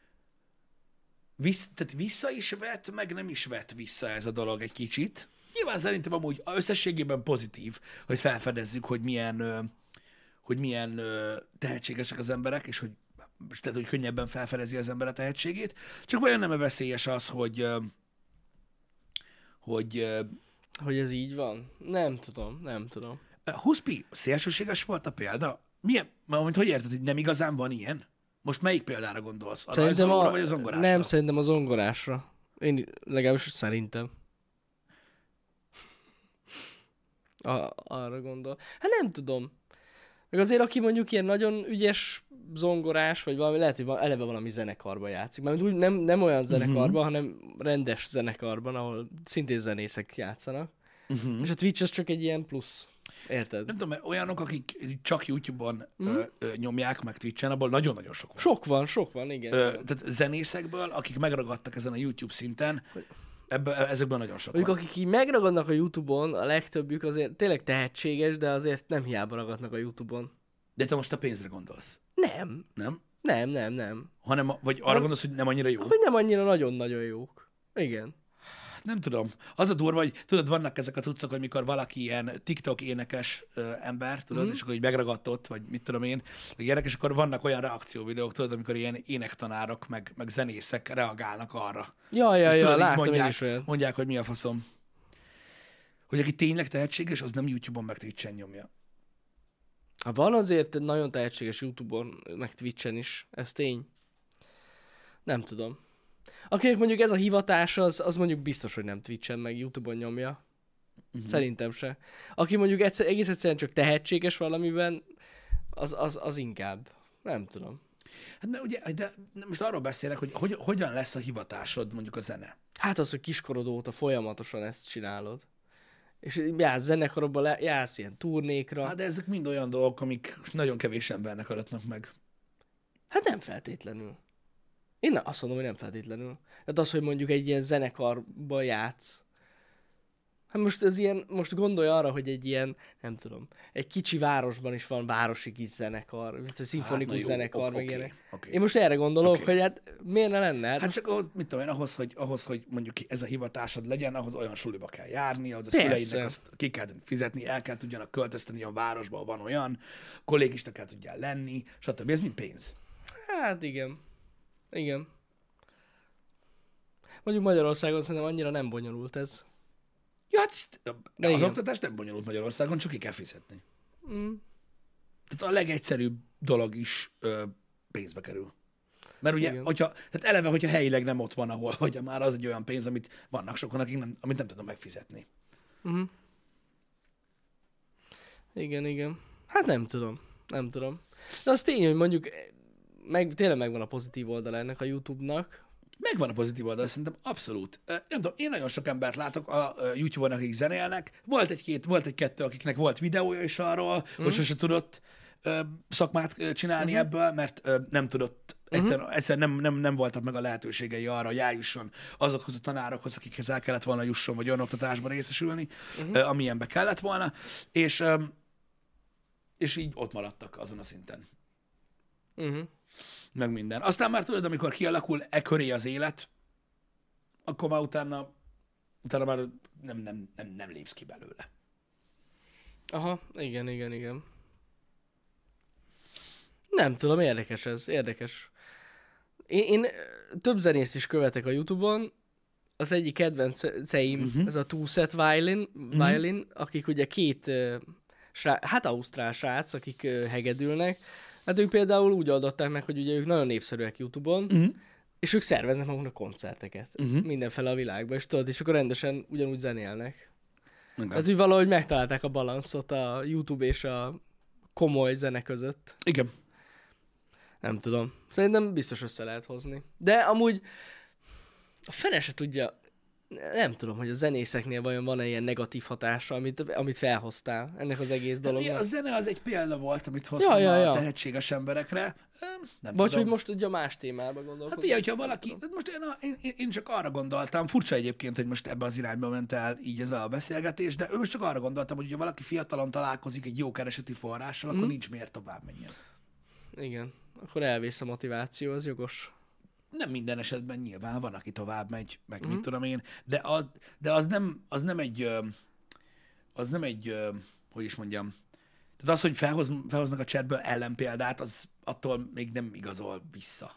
tehát vissza is vett, meg nem is vett vissza ez a dolog egy kicsit. Nyilván szerintem amúgy összességében pozitív, hogy felfedezzük, hogy milyen tehetségesek az emberek, és hogy könnyebben felfedezi az ember a tehetségét. Csak vajon nem veszélyes az, hogy ez így van? Nem tudom. Huspi, szélsőséges volt a példa? Milyen? Hogy érted, hogy nem igazán van ilyen? Most melyik példára gondolsz? A rajzolóra vagy a zongorásra? Nem, szerintem a zongorásra. Én legalábbis szerintem. Arra gondol. Hát nem tudom. Meg azért, aki mondjuk ilyen nagyon ügyes zongorás, vagy valami, lehet, hogy eleve valami zenekarban játszik. Mert úgy nem olyan zenekarban, hanem rendes zenekarban, ahol szintén zenészek játszanak. És a Twitch az csak egy ilyen plusz. Érted? Nem tudom, mert olyanok, akik csak YouTube-on nyomják, meg Twitch-en, abból nagyon-nagyon sok van. Sok van, igen. Tehát zenészekből, akik megragadtak ezen a YouTube szinten, ezekből nagyon sok mondjuk, van. akik így megragadnak a YouTube-on, a legtöbbjük azért tényleg tehetséges, de azért nem hiába ragadnak a YouTube-on. De te most a pénzre gondolsz? Nem. Nem? Nem. Hanem, vagy arra gondolsz, hogy nem annyira jó? Hogy nem annyira nagyon-nagyon jók. Igen. Nem tudom. Az a durva, hogy tudod, vannak ezek a cuccok, hogy mikor valaki ilyen TikTok énekes ember, tudod, és akkor így megragadtott, vagy mit tudom én, meg ilyenek, és akkor vannak olyan reakcióvideók, tudod, amikor ilyen énektanárok, meg zenészek reagálnak arra. Ja, tudod, így láttam én is olyan. mondják, hogy mi a faszom. Hogy aki tényleg tehetséges, az nem YouTube-on meg Twitch-en nyomja. Van azért egy nagyon tehetséges YouTube-on, meg Twitch-en is, ez tény. Nem tudom. Akinek mondjuk ez a hivatás, az mondjuk biztos, hogy nem Twitch-en, meg YouTube-on nyomja. Szerintem se. Aki mondjuk egész egyszerűen csak tehetséges valamiben, az inkább. Nem tudom. Hát mert ugye, de most arról beszélek, hogy hogyan lesz a hivatásod mondjuk a zene. Hát az, hogy kiskorod óta folyamatosan ezt csinálod. És jársz zenekarokba, jársz ilyen turnékra. Hát de ezek mind olyan dolgok, amik nagyon kevés embernek aratnak meg. Hát nem feltétlenül. Én azt mondom, hogy nem feltétlenül. Tehát az, hogy mondjuk egy ilyen zenekarba játsz. Hát most ez ilyen, most gondolj arra, hogy egy ilyen, nem tudom, egy kicsi városban is van városi kis zenekar, vagy szimfonikus zenekar, meg ilyenek. Okay. Én most erre gondolok, hogy hát miért ne lenne? Hát csak ahhoz, mit tudom én, ahhoz, hogy mondjuk ez a hivatásod legyen, ahhoz olyan suliba kell járni, ahhoz a Persze. szüleidnek azt ki kell fizetni, el kell tudjanak költözteni a városba, ahol van olyan, kollégista kell tudjál lenni, stb. Ez mind pénz. Hát igen. Igen. Mondjuk Magyarországon szerintem annyira nem bonyolult ez. Ja, hát De az igen. oktatás nem bonyolult Magyarországon, csak ki kell fizetni. Mm. Tehát a legegyszerűbb dolog is pénzbe kerül. Mert ugye, Igen. tehát eleve, hogyha helyileg nem ott van, ahol vagy, már az egy olyan pénz, amit vannak sokan, akik amit nem tudnak megfizetni. Uh-huh. Igen. Hát nem tudom. De az tény, hogy mondjuk tényleg megvan a pozitív oldala ennek a YouTube-nak. Megvan a pozitív oldal, szerintem abszolút. Nem tudom, én nagyon sok embert látok a YouTube-on, akik zenélnek. Volt egy-kettő, akiknek volt videója is arról, hogy sose tudott szakmát csinálni ebből, mert nem tudott, egyszerűen nem voltak meg a lehetőségei arra, hogy eljusson azokhoz a tanárokhoz, akikhez el kellett volna jusson, vagy olyan oktatásban részesülni, amilyenbe kellett volna, és így ott maradtak azon a szinten. Meg minden. Aztán már tudod, amikor kialakul köré az élet, akkor már utána már nem lépsz ki belőle. Aha, igen. Nem tudom, érdekes ez, érdekes. Én több zenészt is követek a YouTube-on, az egyik kedvenceim, ez a Two Set Violin, akik ugye két, ausztrál srác, akik hegedülnek. Hát ők például úgy oldották meg, hogy ugye ők nagyon népszerűek YouTube-on, és ők szerveznek maguknak koncerteket mindenfele a világban, és tudod, és akkor rendesen ugyanúgy zenélnek. Igen. Hát úgy valahogy megtalálták a balanszot a YouTube és a komoly zene között. Igen. Nem tudom. Szerintem biztos össze lehet hozni. De amúgy a fene se tudja, nem tudom, hogy a zenészeknél vajon van-e ilyen negatív hatása, amit felhoztál ennek az egész dolognak. A zene az egy példa volt, amit hoztam a tehetséges emberekre. Nem vagy tudom. hogy most ugye más témába gondolkodom. Hát figyelj, hogyha valaki, most én csak arra gondoltam, furcsa egyébként, hogy most ebbe az irányba ment el így ez a beszélgetés, de most csak arra gondoltam, hogy ha valaki fiatalon találkozik egy jó kereseti forrással, akkor nincs miért tovább menjen. Igen, akkor elvész a motiváció, az jogos. Nem minden esetben nyilván van, aki tovább megy, meg mit tudom én, de az nem egy, hogy is mondjam, tehát az, hogy felhoznak a chatből ellenpéldát, az attól még nem igazol vissza.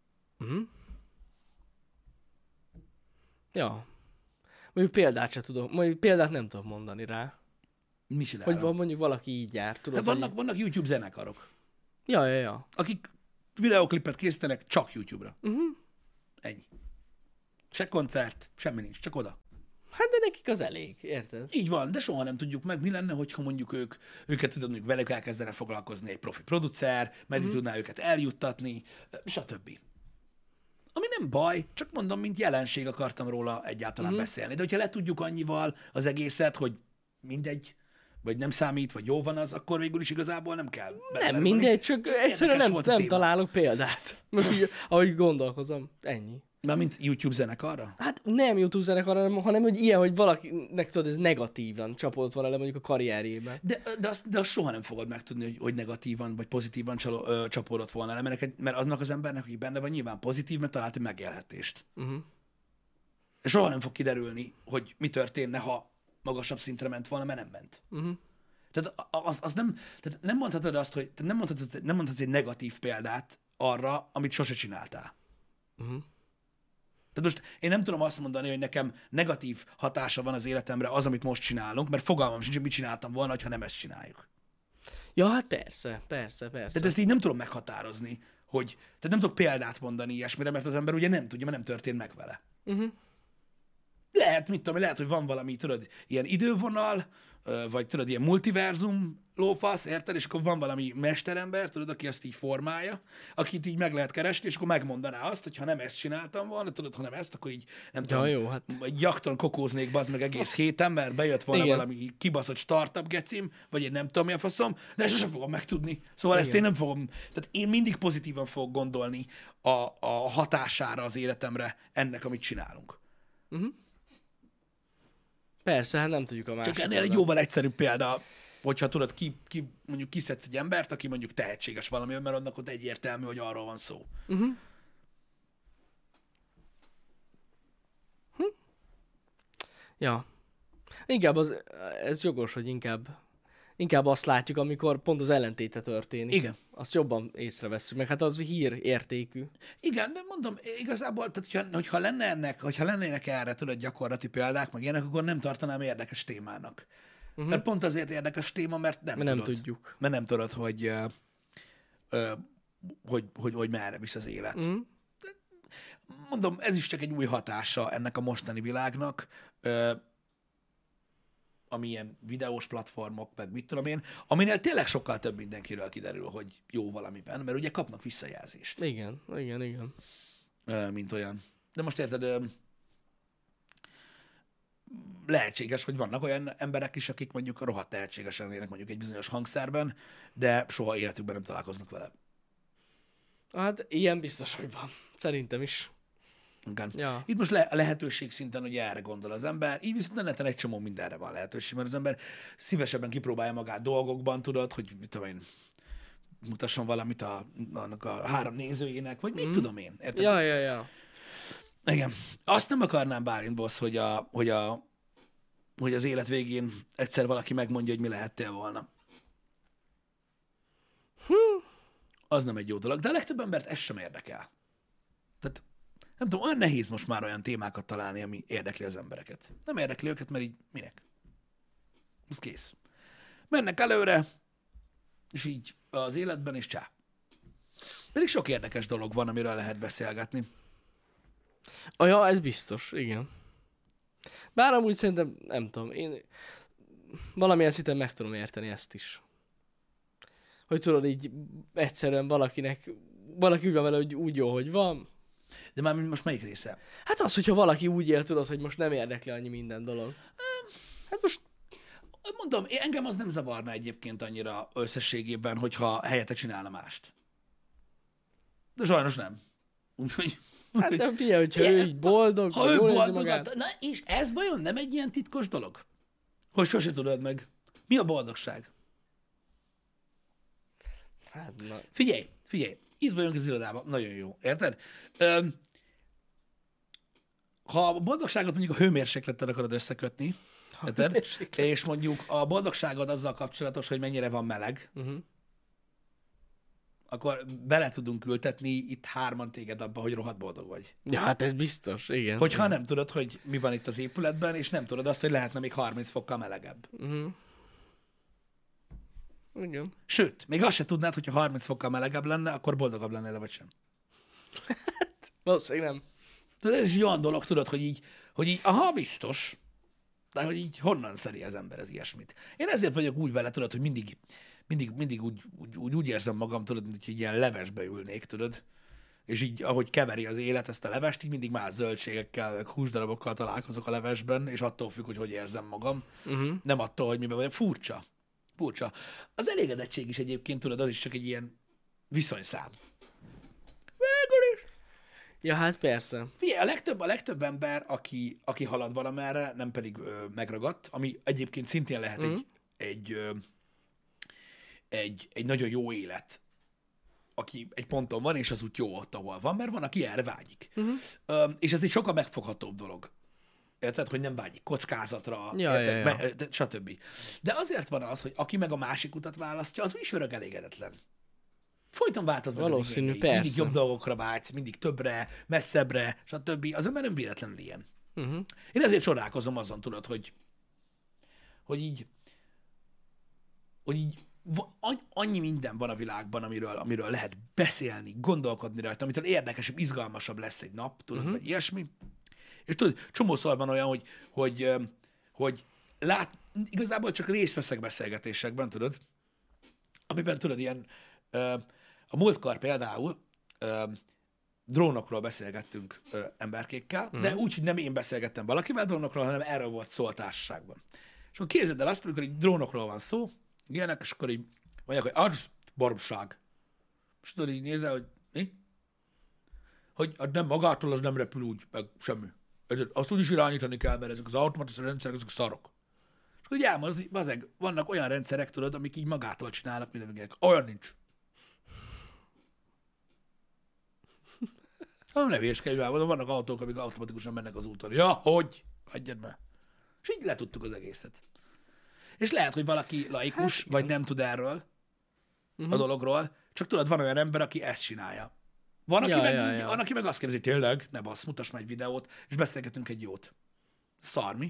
Ja. Mondjuk példát nem tudok mondani rá. Mi csinál? Hogy van mondjuk valaki így jár, tudod? Vannak YouTube zenekarok. Ja. Akik videóklipet készítenek csak YouTube-ra. Ennyi. Se koncert, semmi nincs, csak oda. Hát de nekik az elég, érted? Így van, de soha nem tudjuk meg, mi lenne, hogyha mondjuk őket tudod, mondjuk velük elkezdene foglalkozni egy profi producer, meddig tudná őket eljuttatni, stb. Ami nem baj, csak mondom, mint jelenség akartam róla egyáltalán beszélni. De hogyha le tudjuk annyival az egészet, hogy mindegy, vagy nem számít, vagy jó van az, akkor végül is igazából nem kell. Nem mindegy, csak egyszerűen nem téma. találok példát. Most így, ahogy gondolkozom, ennyi. Mármint YouTube zenekarra? Hát nem YouTube zenekarra, hanem hogy ilyen, hogy valakinek tudod, ez negatívan csapódott volna le mondjuk a karrierjében. De azt soha nem fogod megtudni, hogy negatívan vagy pozitívan csapódott volna le, mert annak az embernek, aki benne van, nyilván pozitív, mert talált egy megélhetést. Soha nem fog kiderülni, hogy mi történne, ha magasabb szintre ment volna, mert nem ment. Tehát tehát nem mondhatod azt, hogy nem mondhatod egy negatív példát arra, amit sose csináltál. Tehát most én nem tudom azt mondani, hogy nekem negatív hatása van az életemre az, amit most csinálunk, mert fogalmam sincs, hogy mit csináltam volna, ha nem ezt csináljuk. Ja, hát persze. Tehát ezt így nem tudom meghatározni, tehát nem tudok példát mondani ilyesmire, mert az ember ugye nem tudja, mert nem történt meg vele. Lehet, mit tudom, lehet, hogy van valami, tudod, ilyen idővonal, vagy tudod, ilyen multiverzum lófasz, érted? És akkor van valami mesterember, tudod, aki ezt így formálja, akit így meg lehet keresni, és akkor megmondaná azt, hogy ha nem ezt csináltam volna, tudod, ha nem ezt, akkor így nem tudom, jó, hát. egy jakton kokóznék bazd meg egész héten, mert bejött volna Igen. valami kibaszott startup gecim, vagy egy nem tudom mi a faszom, de sosem fogom megtudni. Szóval Igen. ezt én nem fogom, tehát én mindig pozitívan fogok gondolni a hatására az életemre ennek, amit csinálunk. Persze, hát nem tudjuk a másik. Csak ennél egy jóval egyszerűbb példa, hogyha tudod, mondjuk kiszedsz egy embert, aki mondjuk tehetséges valamiben, mert annak ott egyértelmű, hogy arról van szó. Ja. Inkább ez jogos, hogy inkább azt látjuk, amikor pont az ellentéte történik. Igen. Azt jobban észrevesszük, meg hát az hír értékű. Igen, de mondom, igazából, tehát, hogyha lennének erre, tudod, gyakorlati példák, meg ilyenek, akkor nem tartanám érdekes témának. Mert pont azért érdekes téma, mert Nem tudjuk. Mert nem tudod, hogy merre visz az élet. Mondom, ez is csak egy új hatása ennek a mostani világnak, ami ilyen videós platformok, meg mit tudom én, aminél tényleg sokkal több mindenkiről kiderül, hogy jó valamiben, mert ugye kapnak visszajelzést. Igen. Mint olyan. De most érted, lehetséges, hogy vannak olyan emberek is, akik mondjuk rohadt tehetségesen lennének mondjuk egy bizonyos hangszerben, de soha életükben nem találkoznak vele. Hát ilyen biztos, hogy van. Szerintem is. Igen. Ja. Itt most a lehetőség szinten ugye erre gondol az ember, így viszont neten egy csomó mindenre van lehetőség, mert az ember szívesebben kipróbálja magát dolgokban, tudod, hogy mit tudom én, mutasson valamit annak a 3 nézőjének, vagy mit tudom én. Érted? Ja. Igen. Azt nem akarnám Bálint Boss, hogy az élet végén egyszer valaki megmondja, hogy mi lehettél volna. Az nem egy jó dolog, de a legtöbb embert ez sem érdekel. Tehát nem tudom, olyan nehéz most már olyan témákat találni, ami érdekli az embereket. Nem érdekli őket, mert így minek? Az kész. Mennek előre, és így az életben, és csá. Pedig sok érdekes dolog van, amiről lehet beszélgetni. Ja, ez biztos, igen. Bár amúgy szerintem, nem tudom, én valamilyen szinten meg tudom érteni ezt is. Hogy tudod, így egyszerűen valaki úgy van vele, hogy úgy jó, hogy van. De már most melyik része? Hát az, hogyha valaki úgy él, tudod, hogy most nem érdekli annyi minden dolog. Hát most... Mondom, engem az nem zavarna egyébként annyira összességében, hogyha helyette csinálna mást. De sajnos nem. Úgyhogy... Hát nem figyelj, hogyha ő így boldog, ha ő jól érzi boldog, magát. na és ez vajon nem egy ilyen titkos dolog? Hogy sose tudod meg. Mi a boldogság? Hát, na. Figyelj. Itt vagyunk az irodában. Nagyon jó. Érted? Ha a boldogságot mondjuk a hőmérséklettel akarod összekötni, érted? És mondjuk a boldogságod azzal kapcsolatos, hogy mennyire van meleg, akkor bele tudunk ültetni itt 3 téged abba, hogy rohadt boldog vagy. Ja, hát ez biztos, igen. Hogyha nem tudod, hogy mi van itt az épületben, és nem tudod azt, hogy lehetne még 30 fokkal melegebb. Igen. Sőt, még azt se tudnád, hogyha 30 fokkal melegebb lenne, akkor boldogabb lennél, vagy sem. Valószínűleg nem. Tudod, ez is olyan dolog, tudod, hogy így aha, biztos, de hogy így honnan szeri az ember ez ilyesmit. Én ezért vagyok úgy vele, tudod, hogy mindig úgy érzem magam, tudod, mint hogy ilyen levesbe ülnék, tudod, és így, ahogy keveri az élet ezt a levest, így mindig más zöldségekkel, meg húsdarabokkal találkozok a levesben, és attól függ, hogy érzem magam. Nem attól, hogy miben vagyok. Furcsa. Furcsa. Az elégedettség is egyébként, tudod, az is csak egy ilyen viszonyszám. Végül is. Ja, hát persze. Figyelj, a legtöbb ember, aki halad valamerre, nem pedig megragadt, ami egyébként szintén lehet egy nagyon jó élet, aki egy ponton van, és az úgy jó ott, ahol van, mert van, aki erre vágyik. És ez egy sokkal megfoghatóbb dolog. Érted, hogy nem vágyik kockázatra, érted? Stb. De azért van az, hogy aki meg a másik utat választja, az is örök elégedetlen. Folyton változnak az igényei. Mindig jobb dolgokra vágysz, mindig többre, messzebbre, stb. Az ember nem véletlenül ilyen. Én ezért csodálkozom azon, tudod, hogy így annyi minden van a világban, amiről lehet beszélni, gondolkodni rajta, amitől érdekesebb, izgalmasabb lesz egy nap, tudod, vagy ilyesmi. És tudod, csomószor van olyan, hogy igazából csak részt veszek beszélgetésekben, tudod, amiben tudod, ilyen a múltkor például drónokról beszélgettünk emberkékkel, de úgy, hogy nem én beszélgettem valakivel drónokról, hanem erről volt szó a társaságban. És akkor képzeld el azt, amikor így drónokról van szó, ilyenek, és akkor így mondják, hogy az baromság. És tudod, így nézel, hogy mi? Hogy nem magától, az nem repül úgy, meg semmi. Azt úgy is irányítani kell, mert ezek az automatikus rendszerek, ezek szarok. És akkor így elmondod, hogy bazeg, vannak olyan rendszerek, tudod, amik így magától csinálnak mindenkinek. Olyan nincs. Nem hülyéskedj már, vannak autók, amik automatikusan mennek az úton. Ja, hogy? Hagyjad meg. És így letudtuk az egészet. És lehet, hogy valaki laikus, vagy nem tud erről a dologról, csak tudod, van olyan ember, aki ezt csinálja. Van, aki meg azt kérdezi, tényleg, ne bassz, mutass meg egy videót, és beszélgetünk egy jót. Szarmi.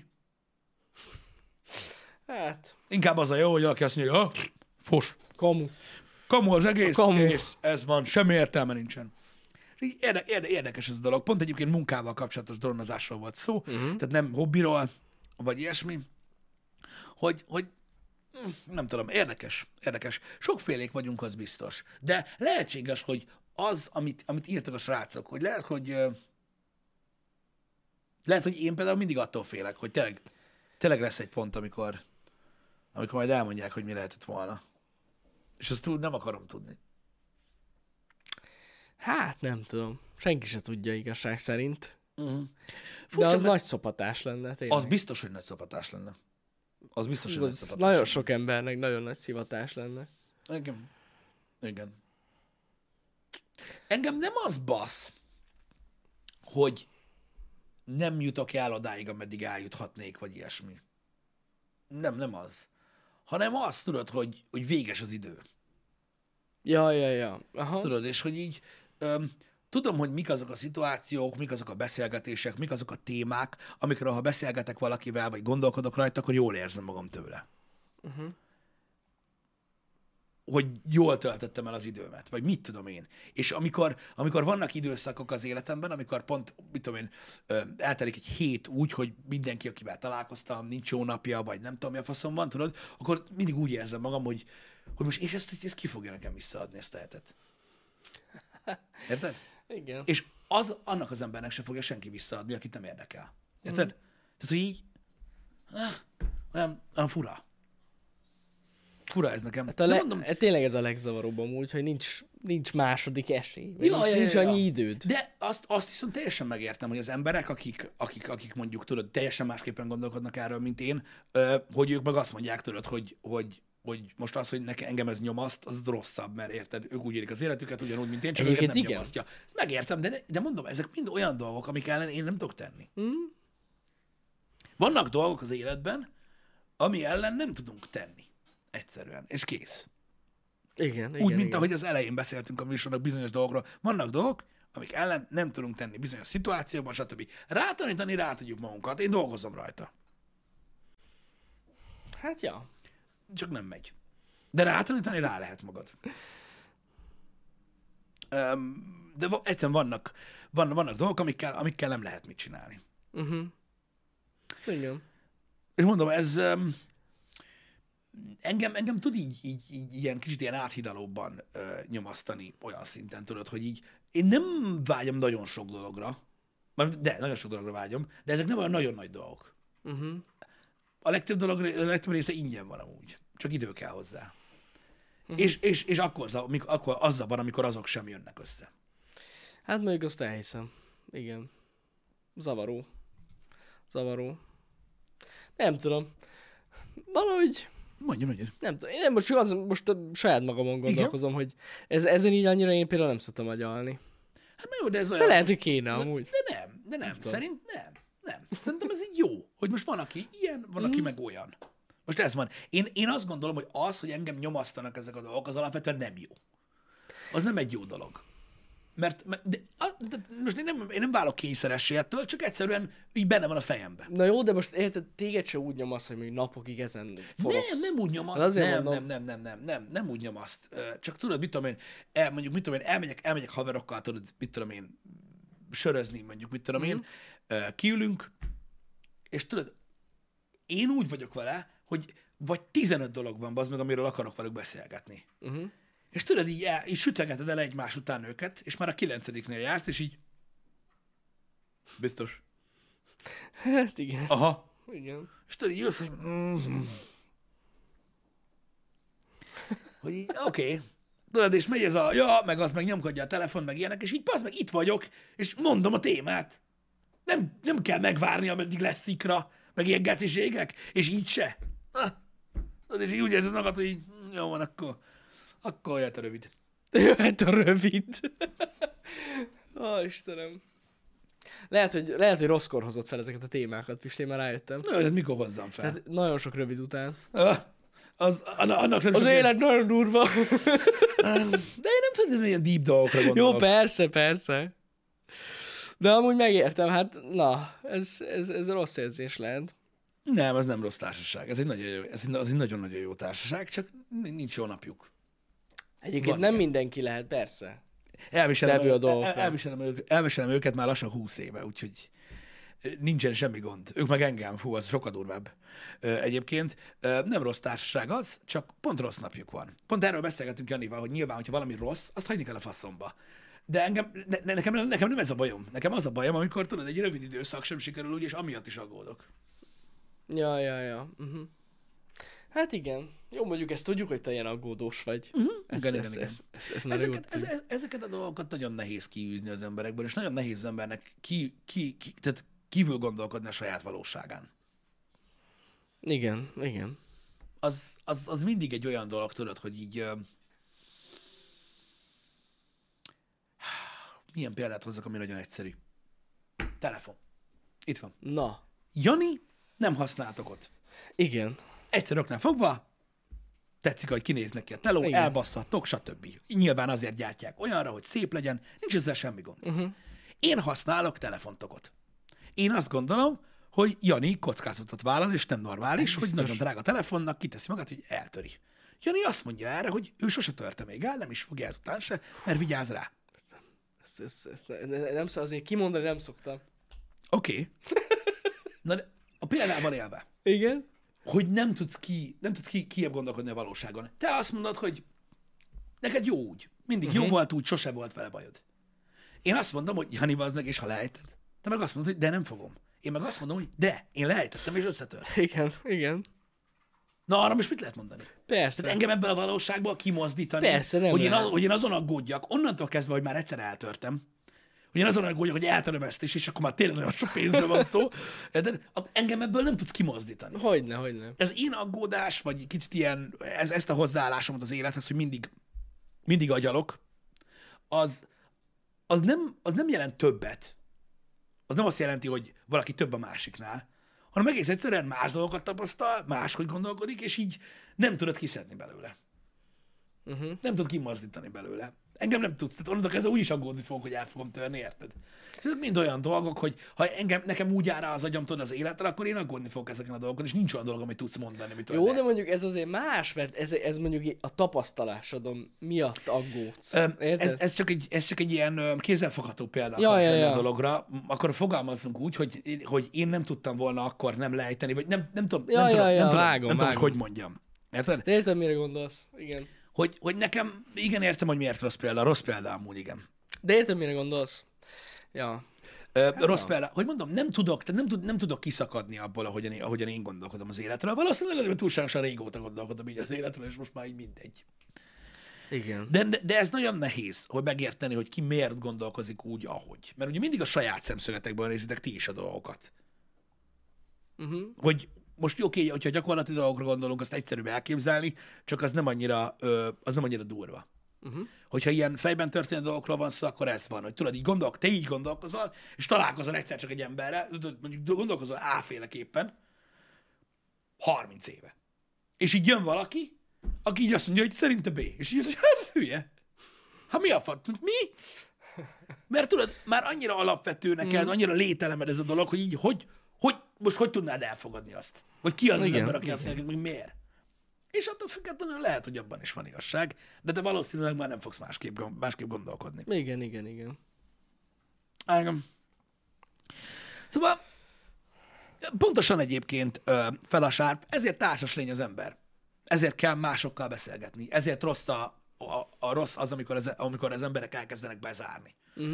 Hát. Inkább az a jó, hogy valaki azt mondja, hogy fos. Kamu. Kamu az egész, és ez van, semmi értelme nincsen. Érdekes ez a dolog. Pont egyébként munkával kapcsolatos drónozásról volt szó, tehát nem hobbiról, vagy ilyesmi, hogy nem tudom, érdekes. Sokfélék vagyunk, az biztos. De lehetséges, hogy az, amit írtak a srácok, hogy lehet, hogy én például mindig attól félek, hogy tényleg lesz egy pont, amikor majd elmondják, hogy mi lehetett volna. És azt nem akarom tudni. Hát nem tudom. Senki se tudja igazság szerint. Furcsa, de az nagy szopatás lenne, tényleg. Az biztos, hogy nagy szopatás lenne. Az biztos, hogy nagy szopatás nagyon lenne. sok embernek nagyon nagy szivatás lenne. Igen. Engem nem az basz, hogy nem jutok el odáig, ameddig eljuthatnék, vagy ilyesmi. Nem az. Hanem azt tudod, hogy véges az idő. Ja. Aha. Tudod, és hogy így tudom, hogy mik azok a szituációk, mik azok a beszélgetések, mik azok a témák, amikről ha beszélgetek valakivel, vagy gondolkodok rajta, akkor jól érzem magam tőle. Hogy jól töltöttem el az időmet, vagy mit tudom én. És amikor vannak időszakok az életemben, amikor pont, mit tudom én, eltelik egy hét úgy, hogy mindenki, akivel találkoztam, nincs jó napja, vagy nem tudom, mi a faszom van, tudod, akkor mindig úgy érzem magam, hogy most, és ezt ki fogja nekem visszaadni, ezt a hetet. Érted? Igen. És annak az embernek se fogja senki visszaadni, akit nem érdekel. Érted? Tehát, hogy így, olyan fura. Fura ez nekem. Hát mondom, tényleg ez a legzavaróbb amúgy, hogy nincs második esély. Nincs annyi időd. De azt viszont teljesen megértem, hogy az emberek, akik mondjuk, tudod, teljesen másképpen gondolkodnak erről, mint én, hogy ők meg azt mondják, tudod, hogy most az, hogy engem ez nyomaszt, az rosszabb, mert érted, ők úgy élik az életüket, ugyanúgy, mint én, csak őket nem nyomasztja. Ezt megértem, de mondom, ezek mind olyan dolgok, amik ellen én nem tudok tenni. Vannak dolgok az életben, ami ellen nem tudunk tenni. Egyszerűen. És kész. Igen. Úgy, mint ahogy az elején beszéltünk a műsornak bizonyos dolgokról. Vannak dolgok, amik ellen nem tudunk tenni bizonyos szituációban, stb. Rátanítani rá tudjuk magunkat. Én dolgozom rajta. Hát ja. Csak nem megy. De rátanítani rá lehet magad. De egyszerűen vannak dolgok, amikkel nem lehet mit csinálni. Igen. És mondom, ez engem tud így ilyen kicsit ilyen áthidalóbban nyomasztani olyan szinten, tudod, hogy így én nem vágyom nagyon sok dologra, de nagyon sok dologra vágyom, de ezek nem olyan nagyon nagy dolgok. A legtöbb része ingyen van amúgy. Csak idő kell hozzá. És akkor az van, amikor azok sem jönnek össze. Hát mondjuk azt elhiszem. Igen. Zavaró. Nem tudom. Valahogy... Mondja. Nem tudom. Én most a saját magamon gondolkozom, hogy ezen így annyira én például nem szoktam agyalni. Hát na jó, de ez olyan... De lehet, hogy kéne amúgy. De nem. Szerint nem. Szerintem ez így jó, hogy most van, aki ilyen, van, aki meg olyan. Most ez van. Én azt gondolom, hogy az, hogy engem nyomasztanak ezek a dolgok, az alapvetően nem jó. Az nem egy jó dolog. De most én nem válok kényszeressé ettől, csak egyszerűen így benne van a fejemben. Na jó, de most érted, téged se úgy nyomasz, hogy még napokig ezen forogsz. Nem úgy nyomaszt, nem úgy nyomaszt. Csak tudod, mit tudom én, elmegyek haverokkal, tudod, mit tudom én, sörözni, mondjuk, mit tudom én, kiülünk, és tudod, én úgy vagyok vele, hogy vagy 15 dolog van, bazd meg, amiről akarok velük beszélgetni. És tudod, így sütögeted el egymás után őket, és már a 9-nél jársz, és így... Biztos. Hát igen. Aha. Igen. És tudod, így jössz, hogy... Hogy így, oké. Tudod, és megy ez a... Ja, meg az meg nyomkodja a telefon, meg ilyenek, és így bazd meg, itt vagyok, és mondom a témát. Nem kell megvárni, ameddig lesz szikra, meg ilyen geciségek, és így se. És így úgy érzed magad, hogy így, jó van, akkor jöhet a rövid. Jöhet a rövid. Istenem. Lehet, hogy rosszkor hozott fel ezeket a témákat, Pisti, én már rájöttem. Na, de mikor hozzam fel? Tehát nagyon sok rövid után. Annak nem az élet nagyon durva. De én nem feltétlenül ilyen deep dolgokra gondolok. Jó, persze. De amúgy megértem, hát na, ez rossz érzés lehet. Nem, ez nem rossz társaság. Ez egy nagyon-nagyon jó társaság, csak nincs jó napjuk. Egyébként nem mindenki lehet, persze. Elviselem őket már lassan 20 éve, úgyhogy nincsen semmi gond. Ők meg engem, az sokkal durvább. Egyébként nem rossz társaság az, csak pont rossz napjuk van. Pont erről beszélgetünk Janival, hogy nyilván, hogyha valami rossz, azt hagyni kell a faszomba. De nekem nem ez a bajom. Nekem az a bajom, amikor tudod, egy rövid időszak sem sikerül úgy, és amiatt is aggódok. Ja. Hát igen. Jó, mondjuk ezt tudjuk, hogy te ilyen aggódós vagy. Igen. Ezeket a dolgokat nagyon nehéz kiűzni az emberekből, és nagyon nehéz az embernek tehát kívül gondolkodni a saját valóságán. Igen. Az mindig egy olyan dolog, tudod, hogy így... Milyen példát hozzak, ami nagyon egyszerű? Telefon. Itt van. Na. Jani nem használ tokot. Igen. Egyszer oknál fogva, tetszik, hogy kinéz neki a teló, elbassza a tok, stb. Nyilván azért gyártják olyanra, hogy szép legyen, nincs ezzel semmi gond. Én használok telefontokot. Én azt gondolom, hogy Jani kockázatot vállal, és nem normális, hogy nagyon drága telefonnak kiteszi magát, hogy eltöri. Jani azt mondja erre, hogy ő sose törte még el, nem is fogja ezután se, mert vigyáz rá. Ezt nem azért kimondani nem szoktam. Oké. Na de a példával élve. Igen. Hogy nem tudsz kiebb gondolkodni a valóságon. Te azt mondod, hogy neked jó úgy. Mindig jó volt úgy, sose volt vele bajod. Én azt mondom, hogy Jani, vaznak, és ha lejted. Te meg azt mondod, hogy de nem fogom. Én meg azt mondom, hogy de, én lejtettem, és összetört. Igen. Na, arra most mit lehet mondani? Persze. Tehát engem ebből a valóságból kimozdítani, Persze, nem hogy én azon aggódjak, onnantól kezdve, hogy már egyszer eltörtem, hogy én azon aggódjak, hogy eltöröm ezt is, és akkor már tényleg nagyon sok pénzről van szó, de engem ebből nem tudsz kimozdítani. Hogyne. Ez én aggódás, vagy kicsit ilyen, ezt a hozzáállásomat az élethez, hogy mindig agyalok, az nem jelent többet. Az nem azt jelenti, hogy valaki több a másiknál, hanem egész egyszerűen más dolgokat tapasztal, máshogy gondolkodik, és így nem tudod kiszedni belőle. Nem tudod kimozdítani belőle. Engem nem tudsz, tehát onnantól kezdve úgy is aggódni fogok, hogy el fogom törni, érted? És ezek mind olyan dolgok, hogy ha nekem úgy áll rá az agyam, tudod, az életre, akkor én aggódni fogok ezeken a dolgokon, és nincs olyan dolog, amit tudsz mondani. Jó, de mondjuk ez azért más, mert ez mondjuk a tapasztalásodon miatt aggódsz. Ez csak egy ilyen kézzelfogható példa a dologra. Akkor fogalmazzunk úgy, hogy én nem tudtam volna akkor nem lejteni, vagy nem tudom, hogy mondjam. Érted? Értem, mire gondolsz. Igen. Hogy nekem, igen, értem, hogy miért rossz példa amúgy, igen. De értem, mire gondolsz. Ja. Rossz példa, hogy mondom, nem tudok kiszakadni abból, ahogyan én gondolkodom az életről. Valószínűleg azért, mert túlságosan régóta gondolkodom így az életről, és most már így mindegy. Igen. De ez nagyon nehéz, hogy megérteni, hogy ki miért gondolkozik úgy, ahogy. Mert ugye mindig a saját szemszögetekből nézitek ti is a dolgokat. Hogy most jó, oké, hogyha gyakorlati dolgokra gondolunk, azt egyszerűbb elképzelni, csak az nem annyira durva. Hogyha ilyen fejben történő dolgokról van szó, akkor ez van, hogy tudod, te így gondolkozol, és találkozol egyszer csak egy emberrel, mondjuk gondolkozol A-féleképpen 30 éve. És így jön valaki, aki így azt mondja, hogy szerinte B. És így azt mondja, hát ez hülye. Hát mi a fatt? Mi? Mert tudod, már annyira alapvető neked, annyira lételemed ez a dolog, hogy így, most hogy tudnád elfogadni azt? Vagy ki az ember, aki azt mondja, hogy miért? És attól függetlenül lehet, hogy abban is van igazság, de te valószínűleg már nem fogsz másképp gondolkodni. Igen. Engem. Szóval pontosan egyébként fel a sárp, ezért társas lény az ember. Ezért kell másokkal beszélgetni. Ezért rossz a rossz az, amikor az emberek elkezdenek bezárni.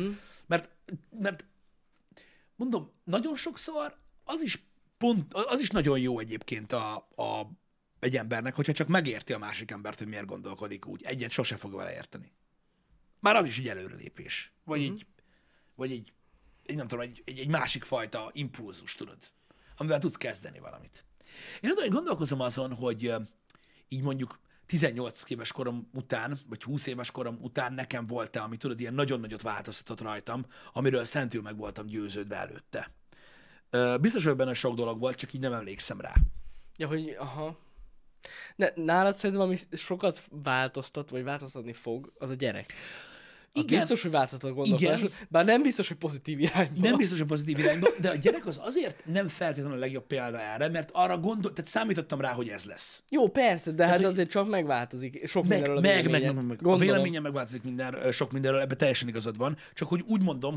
Mert mondom, nagyon sokszor az is nagyon jó egyébként egy embernek, hogyha csak megérti a másik embert, hogy miért gondolkodik úgy. Egyet sose fog vele érteni. Már az is egy előrelépés. Vagy egy nem tudom, egy másik fajta impulzus, tudod, amivel tudsz kezdeni valamit. Én tudom, hogy gondolkozom azon, hogy így mondjuk 18 éves korom után, vagy 20 éves korom után nekem volt-e, ami tudod, ilyen nagyon nagyot változtatott rajtam, amiről szentül meg voltam győződve előtte. Biztos, hogy benne sok dolog volt, csak így nem emlékszem rá. Ja, hogy nálad szerintem, ami sokat változtat, vagy változtatni fog, az a gyerek. Igen. Biztos, hogy változtat a gondolkodás, bár nem biztos, hogy pozitív irányba. Nem biztos, hogy pozitív irányba, de a gyerek az azért nem feltétlenül a legjobb példa erre, mert arra tehát számítottam rá, hogy ez lesz. Jó, persze, de tehát, hát azért csak megváltozik sok mindenről a véleményed. A véleményem megváltozik sok mindenről, ebben teljesen igazad van, csak hogy úgy mondom,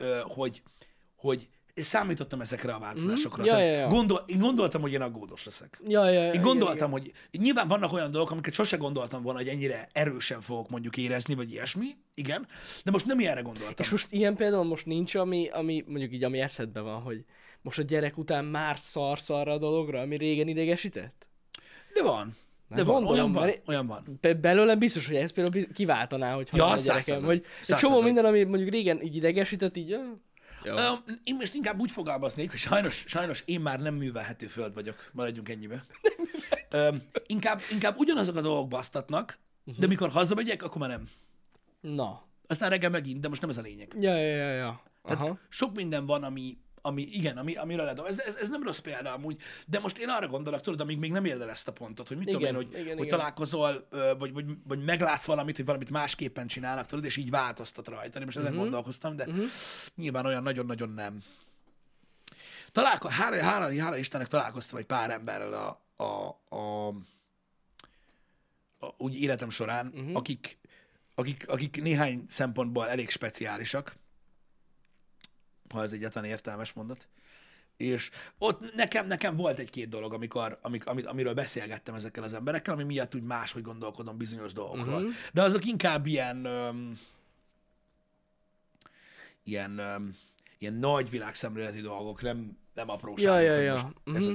hogy számítottam ezekre a változásokra. Én gondoltam, hogy én aggódós leszek. Én gondoltam, hogy nyilván vannak olyan dolgok, amiket sose gondoltam volna, hogy ennyire erősen fogok mondjuk érezni, vagy ilyesmi, igen, de most nem ilyenre gondoltam. És most ilyen például most nincs, ami mondjuk így, ami eszedben van, hogy most a gyerek után már szarsz arra a dologra, ami régen idegesített? De van. De van, olyan van. Belőlem biztos, hogy ez például kiváltaná, hogyha a gyerekem, hogy egy csomó minden, ami mondjuk régen így idegesített, így én most inkább úgy fogalmaznék, hogy sajnos én már nem művelhető föld vagyok, maradjunk ennyibe. Inkább ugyanazok a dolgok basztatnak, de mikor hazamegyek, akkor már nem. Na. Aztán reggel megint, de most nem ez a lényeg. Ja. Tehát sok minden van, amiről ledob. Ez nem rossz példa amúgy, de most én arra gondolok, tudod, amíg még nem érd el ezt a pontot, hogy mit tudom én, hogy találkozol, vagy meglátsz valamit, hogy valamit másképpen csinálnak, tudod, és így változtat rajta. Én most ezen gondolkoztam, de nyilván olyan nagyon-nagyon nem. Hála Istennek találkoztam egy pár emberrel úgy életem során, akik néhány szempontból elég speciálisak, ha ez egyáltalán értelmes mondat. És ott nekem volt egy-két dolog, amiről beszélgettem ezekkel az emberekkel, ami miatt úgy máshogy gondolkodom bizonyos dolgokról. De azok inkább ilyen nagy világszemléleti dolgok, nem apróságok. Ja.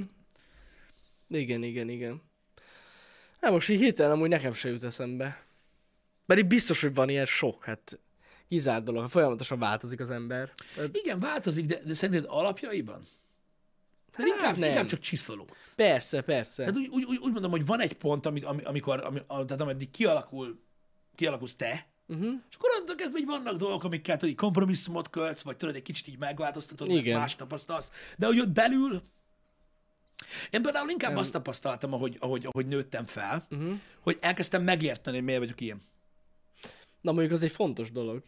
Igen. Hát most így hirtelen amúgy nekem se jut eszembe. Pedig biztos, hogy van ilyen sok, hát kizárt dolog, folyamatosan változik az ember. Tehát... Igen, változik, de szerinted alapjaiban? Hát inkább csak csiszolódsz. Persze. Tehát úgy mondom, hogy van egy pont, tehát ameddig kialakulsz te, és akkor onnantól kezdve, hogy vannak dolgok, amikkel tudod, kompromisszumot költsz, vagy tudod, egy kicsit így megváltoztatod, meg más tapasztalsz. De hogy ott belül, én például inkább azt tapasztaltam, ahogy nőttem fel, hogy elkezdtem megérteni, hogy miért vagyok ilyen. Na mondjuk az egy fontos dolog,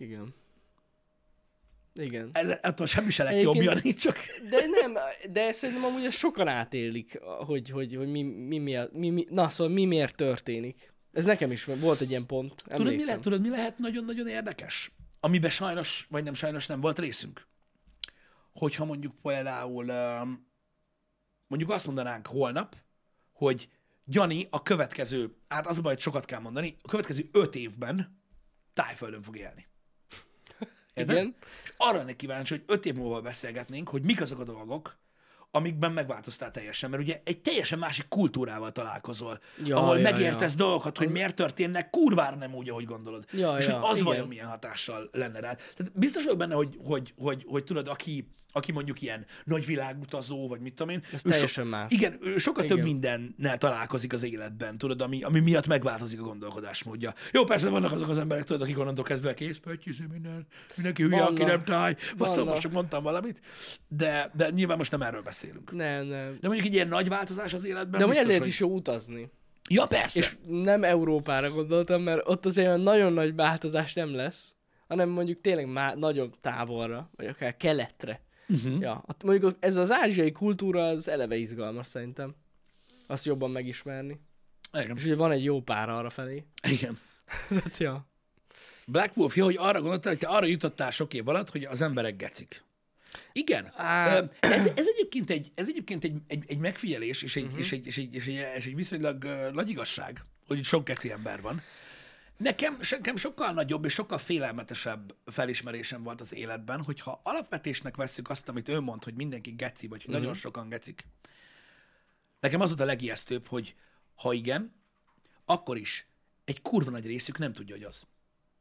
igen. Attól semmi se lett jobb, Jani, csak... De szerintem amúgy ezt sokan átélik, hogy mi miért történik. Ez nekem is volt egy ilyen pont, emlékszem. Tudod, mi lehet nagyon-nagyon érdekes? Amiben sajnos, vagy nem sajnos nem volt részünk. Hogyha mondjuk például, mondjuk azt mondanánk holnap, hogy Jani a következő, hát az a baj, hogy sokat kell mondani, a következő 5 évben Tájföldön fog élni. Érted? Igen. És arra lennék kíváncsi, hogy 5 év múlva beszélgetnénk, hogy mik azok a dolgok, amikben megváltoztál teljesen. Mert ugye egy teljesen másik kultúrával találkozol, Ja, ahol ja, megértesz ja. dolgokat, hogy miért történnek kurvára nem úgy, ahogy gondolod. Ja, És ja, hogy az igen. vajon milyen hatással lenne rád. Tehát biztos vagyok benne, hogy tudod, aki mondjuk ilyen nagy világutazó, vagy mit tudom én. Ez teljesen más. Igen, ő sokkal Igen. több mindennel találkozik az életben, tudod, ami miatt megváltozik a gondolkodásmódja. Jó, persze vannak azok az emberek, tudod, akik onnantól kezdve kész, pöttyűző mindenki hülye, aki Vannak. nem táj. Basszom, Vannak. most csak mondtam valamit, de nyilván most nem erről beszélünk. Nem. De mondjuk egy ilyen nagy változás az életben De biztos, ezért hogy... is jó utazni. Ja, persze. És nem Európára gondoltam, mert ott azért olyan nagyon nagy változás nem lesz, hanem mondjuk tényleg már nagyon távolra, vagy akár keletre. Ja, mondjuk ez az ázsiai kultúra az eleve izgalmas szerintem. Azt jobban megismerni. Igen. És ugye van egy jó pár arra felé. Igen. Tehát, ja. Black Wolf, jó, hogy arra gondoltál, hogy te arra jutottál sok év alatt, hogy az emberek gecik. Igen. Ez egyébként egy megfigyelés, és egy viszonylag nagy igazság, hogy itt sok geci ember van. Nekem sokkal nagyobb és sokkal félelmetesebb felismerésem volt az életben, hogyha alapvetésnek vesszük azt, amit ő mond, hogy mindenki geci, vagy hogy nagyon sokan gecik. Nekem az volt a legijesztőbb, hogy ha igen, akkor is egy kurva nagy részük nem tudja, hogy az.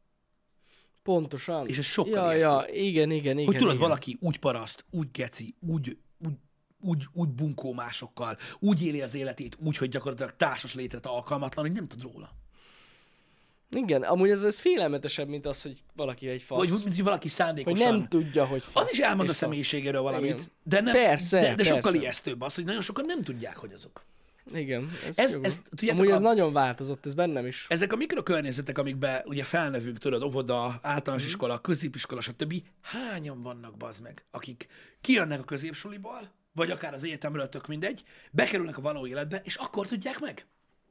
Pontosan. És ez sokkal ijesztőbb. Igen. Hogy tudod, igen. valaki úgy paraszt, úgy geci, úgy bunkó másokkal, úgy éli az életét, úgy, hogy gyakorlatilag társas létre alkalmatlan, hogy nem tud róla. Igen, amúgy ez félelmetesebb, mint az, hogy valaki egy fasz. Vagy mint, hogy valaki hogy szándékosan... nem tudja, hogy fasz. Az is elmond a és fasz. személyiségéről valamit, Igen. de, nem, Persze, de sokkal persze. ijesztőbb az, hogy nagyon sokan nem tudják, hogy azok. Igen, Ez- jó. tudjátok, Amúgy ez nagyon változott, ez bennem is. Ezek a mikrokörnyezetek, amikben ugye felnövünk, tudod, óvoda, általános iskola, középiskola, stb. Hányan vannak, bazd meg, akik kijönnek a középsuliból, vagy akár az egyetemről, tök mindegy, bekerülnek a való életbe, és akkor tudják meg.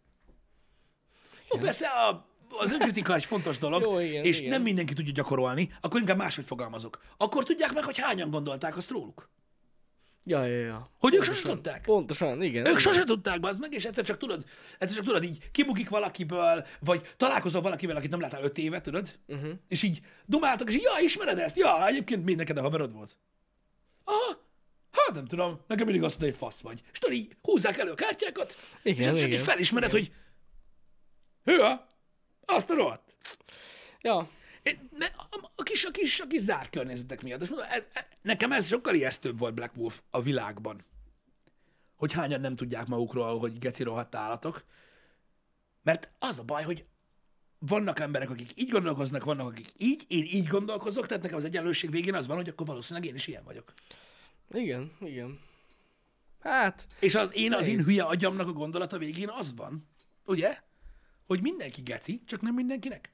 Jó, persze az önkritika egy fontos dolog, Jó, igen, és igen. nem mindenki tudja gyakorolni, akkor inkább máshogy fogalmazok. Akkor tudják meg, hogy hányan gondolták azt róluk. Ja. Hogy ők sosem tudták. Pontosan, igen. Ők igen. sosem tudták, bazd meg, és egyszer csak tudod, így kibukik valakiből, vagy találkozol valakivel, akit nem láttál 5 éve, tudod? És így dumáltak, és így, ja, ismered ezt? Ja, egyébként mind neked a haverod volt. Aha, hát nem tudom, nekem mindig azt mondja, hogy fasz vagy. És tudod, így húzzák elő a kártyákat, és Igen, egyszer csak így felismered, hogy hűha, azt a rohadt. Ja, A kis zárt környezetek miatt. És mondom, nekem ez sokkal ijesztőbb volt Black Wolf a világban. Hogy hányan nem tudják magukról, hogy geci rohadt állatok. Mert az a baj, hogy vannak emberek, akik így gondolkoznak, vannak, akik így, én így gondolkozok, tehát nekem az egyenlőség végén az van, hogy akkor valószínűleg én is ilyen vagyok. igen. Hát, És az én hülye agyamnak a gondolata végén az van, ugye? Hogy mindenki geci, csak nem mindenkinek.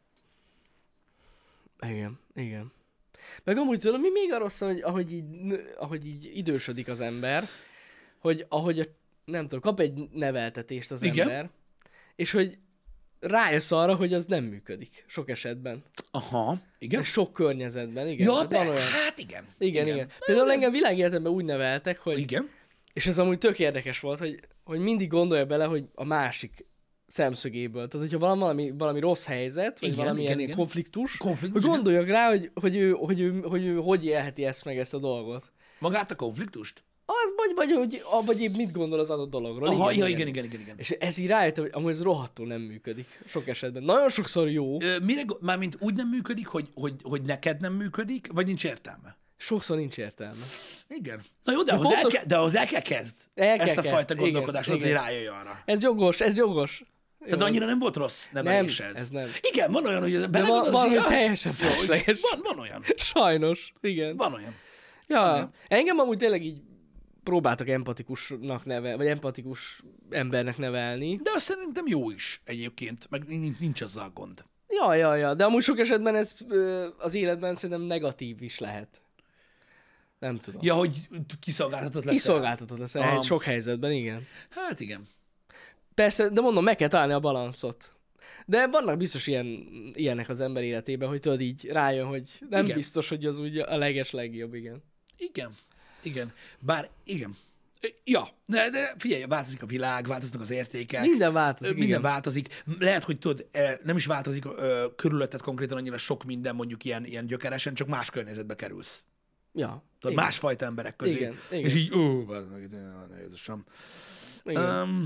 igen. Meg amúgy tudom, mi még a rossz, hogy ahogy így idősödik az ember, hogy nem tudom, kap egy neveltetést az Igen. ember, és hogy rájössz arra, hogy az nem működik sok esetben. Aha, igen. Sok környezetben, igen. Ja, Tehát de, van olyan... hát igen. Igen. Például ez- engem világéletemben úgy neveltek, hogy... Igen. És ez amúgy tök érdekes volt, hogy mindig gondolja bele, hogy a másik szemszögéből. Tehát, hogyha valami rossz helyzet, vagy Igen, valamilyen igen. konfliktus, Konfliktus, hogy gondoljak rá, hogy ő hogy élheti ezt meg ezt a dolgot. Magát a konfliktust? Az, vagy épp mit gondol az adott dologról. Aha, igen. És ez így rájöttem, hogy amúgy ez rohadtul nem működik sok esetben. Nagyon sokszor jó, Mármint úgy nem működik, hogy neked nem működik, vagy nincs értelme? sokszor nincs értelme. Igen. Na jó, de ahhoz el kell kezd El kell ezt a fajta kezd, igen, gondolkodást, hogy igen. rájöjj arra. Ez jogos. Tehát Jó. annyira nem volt rossz nevelés Nem, ez nem. Igen, van olyan, hogy De belegondolsz, van hogy teljesen jó, hogy felesleges. van olyan. Sajnos, igen. Van olyan. Ja, engem amúgy tényleg így próbáltak empatikusnak vagy empatikus embernek nevelni. De azt szerintem jó is egyébként, meg nincs azzal gond. Ja, de amúgy sok esetben ez az életben szerintem negatív is lehet. Nem tudom. Ja, hogy kiszolgáltatott lesz. Kiszolgáltatott lesz Aha. sok helyzetben, igen. Hát igen. Persze, de mondom, meg kell találni a balanszot. De vannak biztos ilyenek az ember életében, hogy tudod így rájön, hogy nem Igen. biztos, hogy az úgy a legjobb, igen. Igen. Bár igen. Ja, de figyelj, változik a világ, változnak az értékek. Minden változik, Minden igen. változik. Lehet, hogy tudod, nem is változik körülötted konkrétan annyira sok minden, mondjuk ilyen gyökeresen, csak más környezetbe kerülsz. Ja. Tudod, Igen. másfajta emberek közé. Igen, igen. És így, várj meg, itt Jézusom. Igen.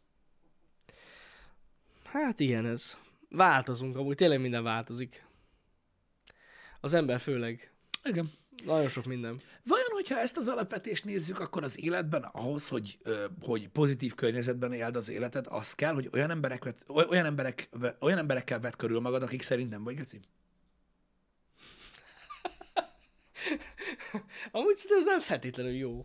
Hát ilyen ez. Változunk amúgy, tényleg minden változik. Az ember főleg. Igen. Nagyon sok minden. Vajon, hogyha ezt az alapvetést nézzük, akkor az életben ahhoz, hogy pozitív környezetben éld az életed, az kell, hogy olyan emberekkel vedd körül magad, akik szerint nem vagy geci? Amúgy szerintem ez nem feltétlenül jó.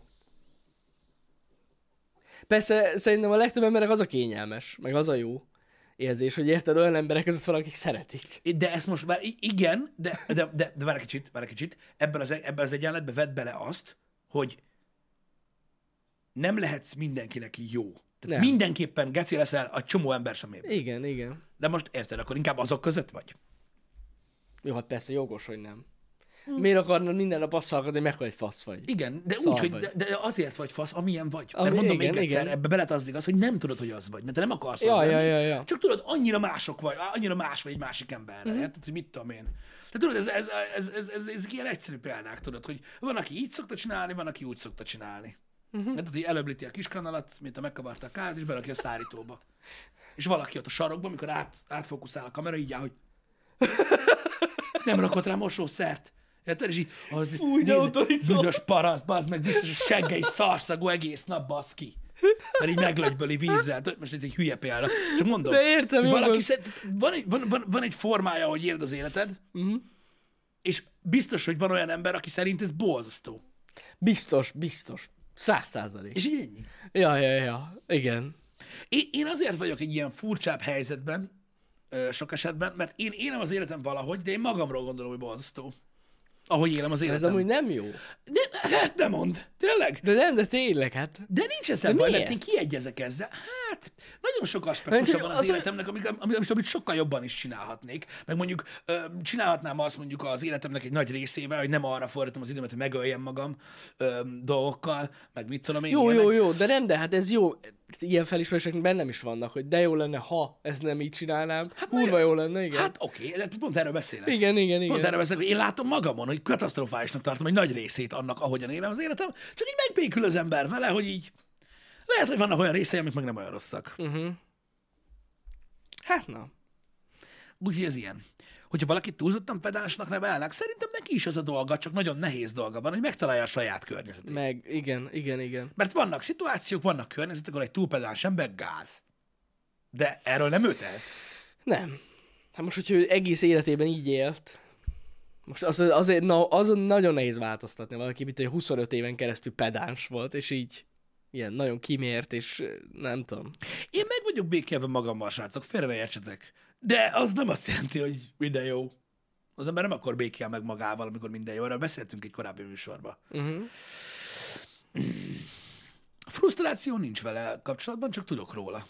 Persze szerintem a legtöbb emberek az a kényelmes, meg az a jó érzés, hogy érted, olyan emberek között van, akik szeretik. De ezt most már igen, de várj egy kicsit, ebben az egyenletben vedd bele azt, hogy nem lehetsz mindenkinek jó. Tehát Nem. mindenképpen geci leszel a csomó ember szemében. Igen, igen. De most érted, akkor inkább azok között vagy? Jó, hát persze jogos, hogy nem. Miért akarnod minden nap azt hallgatni, hogy mekkora egy fasz vagy? Igen, de Szar úgy, hogy vagy. de azért vagy fasz, amilyen vagy. Ami- Mert mondom igen, még egyszer, igen. ebbe beletartozik az, hogy nem tudod, hogy az vagy, mert te nem akarsz az Ja, lenni. ja. Csak tudod, annyira mások vagy, annyira más vagy egy másik emberre, érted, hogy mit tudom én. De tudod, ez ilyen egyszerű példák, tudod, hogy van, aki így szokta csinálni, van, aki úgy szokta csinálni. Tudod, hogy előblíti a kiskanalat, mint a megkavarta a kárt, és berakja a szárítóba. És valaki ott a sarokban, amikor átfókuszál a kamera, így áll, hogy nem rakott rá mosószert. Érted? És így, Fúj, de autorító. büdös paraszt, bazd meg, biztos a seggei szarszagú egész nap, basz ki. Mert így meglögyböli vízzel. Tudod, most ez egy hülye példa. Csak mondom, De értem, hogy valaki jogos. van egy formája, hogy érd az életed, és biztos, hogy van olyan ember, aki szerint ez borzasztó. Biztos. 100%. És így ennyi. Ja. Igen. Én azért vagyok egy ilyen furcsább helyzetben, sok esetben, mert én élem az életem valahogy, de én magamról gondolom, hogy borzasztó. Ahogy élem az Ez életem. amúgy nem jó. De mondd, tényleg? De tényleg, hát. De nincs ezzel De baj, miért? mert én kiegyezek ezzel. Hát, nagyon sok aspektusa Hát, van az az- életemnek, amit sokkal jobban is csinálhatnék. Meg mondjuk csinálhatnám azt mondjuk az életemnek egy nagy részével, hogy nem arra fordítom az időmet, hogy megöljem magam dolgokkal, meg mit tudom én. ilyenek. Jó, de hát ez jó. Ilyen felismerések bennem is vannak, hogy de jó lenne, ha ezt nem így csinálnám. Hát kurva jó lenne, igen. Hát oké, de pont erről beszélek. Igen. Pont erről beszélek, hogy én látom magamon, hogy katasztrofálisnak tartom egy nagy részét annak, ahogyan élem az életem, csak így megbékül az ember vele, hogy így lehet, hogy vannak olyan részei, amik meg nem olyan rosszak. Hát na. Úgyhogy ez ilyen. Hogyha valakit túlzottan pedánsnak nevelnek, szerintem neki is az a dolga, csak nagyon nehéz dolga van, hogy megtalálja a saját környezetét. Meg, igen. Mert vannak szituációk, vannak környezetek, ahol egy túlpedáns ember gáz. De erről nem ő tehet. Nem. Hát most, hogyha ő egész életében így élt, most azért azon nagyon nehéz változtatni valaki, mint hogy 25 éven keresztül pedáns volt, és így ilyen nagyon kimért, és nem tudom. Én meg vagyok békélve magammal, srácok, félre ne értsetek. De az nem azt jelenti, hogy minden jó. Az ember nem akkor békél meg magával, amikor minden jó. Erről beszéltünk egy korábbi műsorban. A frusztráció nincs vele kapcsolatban, csak tudok róla.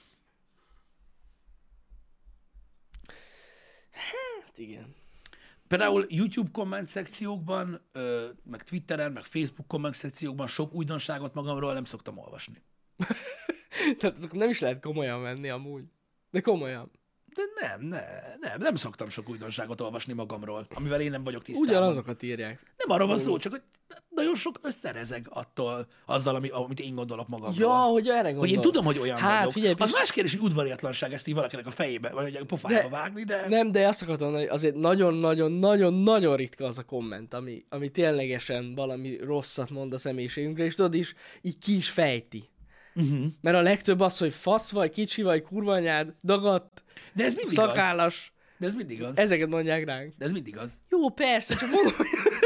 Hát igen. Például YouTube komment szekciókban, meg Twitteren, meg Facebook komment szekciókban sok újdonságot magamról nem szoktam olvasni. Tehát azok nem is lehet komolyan venni amúgy. De komolyan. De nem szoktam sok újdonságot olvasni magamról, amivel én nem vagyok tisztában. Ugyanazokat írják. Nem arról van szó, csak hogy nagyon sok összerezeg azzal, amit én gondolok magamról. Ja, hogy erre gondolok. Hogy én tudom, hogy olyan hát, vagyok. Figyelj, Az más kérdés, hogy udvariatlanság ezt így valakinek a fejébe, vagy a pofájába vágni, de... Nem, de azt akartam mondani, hogy azért nagyon-nagyon ritka az a komment, ami ténylegesen valami rosszat mond a személyiségünkre, és tudod is, így ki is fejti. Mert a legtöbb az, hogy fasz vagy, kicsi vagy, kurva anyád, dagadt, De ez mindig az. szakállas, De ez mindig az. ezeket mondják ránk. De ez mindig az. Jó, persze, csak mondom,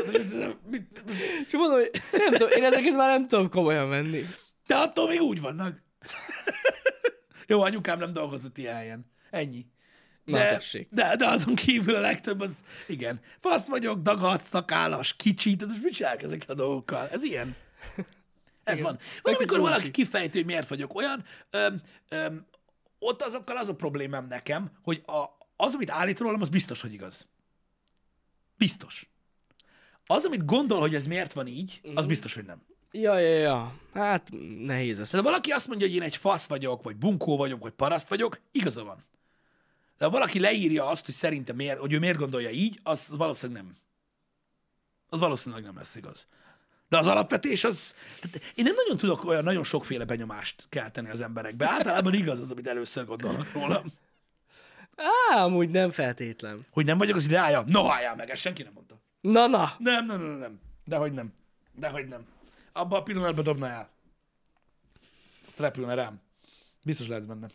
hogy nem tudom, én ezeket már nem tudom komolyan venni. De attól még úgy vannak. Jó, anyukám nem dolgozott ilyen helyen. Ennyi. Na, De, tessék. de azon kívül a legtöbb az, igen. Fasz vagyok, dagadt, szakállas, kicsi, tehát most mit csinálják ezekkel a dolgokkal? Ez ilyen. Ez van. Van, amikor csúcsi. valaki kifejti, hogy miért vagyok olyan, ott azokkal az a problémám nekem, hogy az, amit állít rólam, az biztos, hogy igaz. Biztos. Az, amit gondol, hogy ez miért van így, az biztos, hogy nem. Ja. Hát nehéz ez. Tehát ha valaki azt mondja, hogy én egy fasz vagyok, vagy bunkó vagyok, vagy paraszt vagyok, igaza van. De ha valaki leírja azt, hogy szerintem hogy ő miért gondolja így, az valószínűleg nem. Az valószínűleg nem lesz igaz. De az alapvetés az... Tehát én nem nagyon tudok olyan nagyon sokféle benyomást kelteni az emberekbe. Általában igaz az, amit először gondolnak rólam. Amúgy nem feltétlen. Hogy nem vagyok az ideája? No, álljál meg, ezt senki nem mondta. Na. Nem. Dehogy nem. Abban a pillanatban dobna el. Azt repülne rám. Biztos lehetsz benne.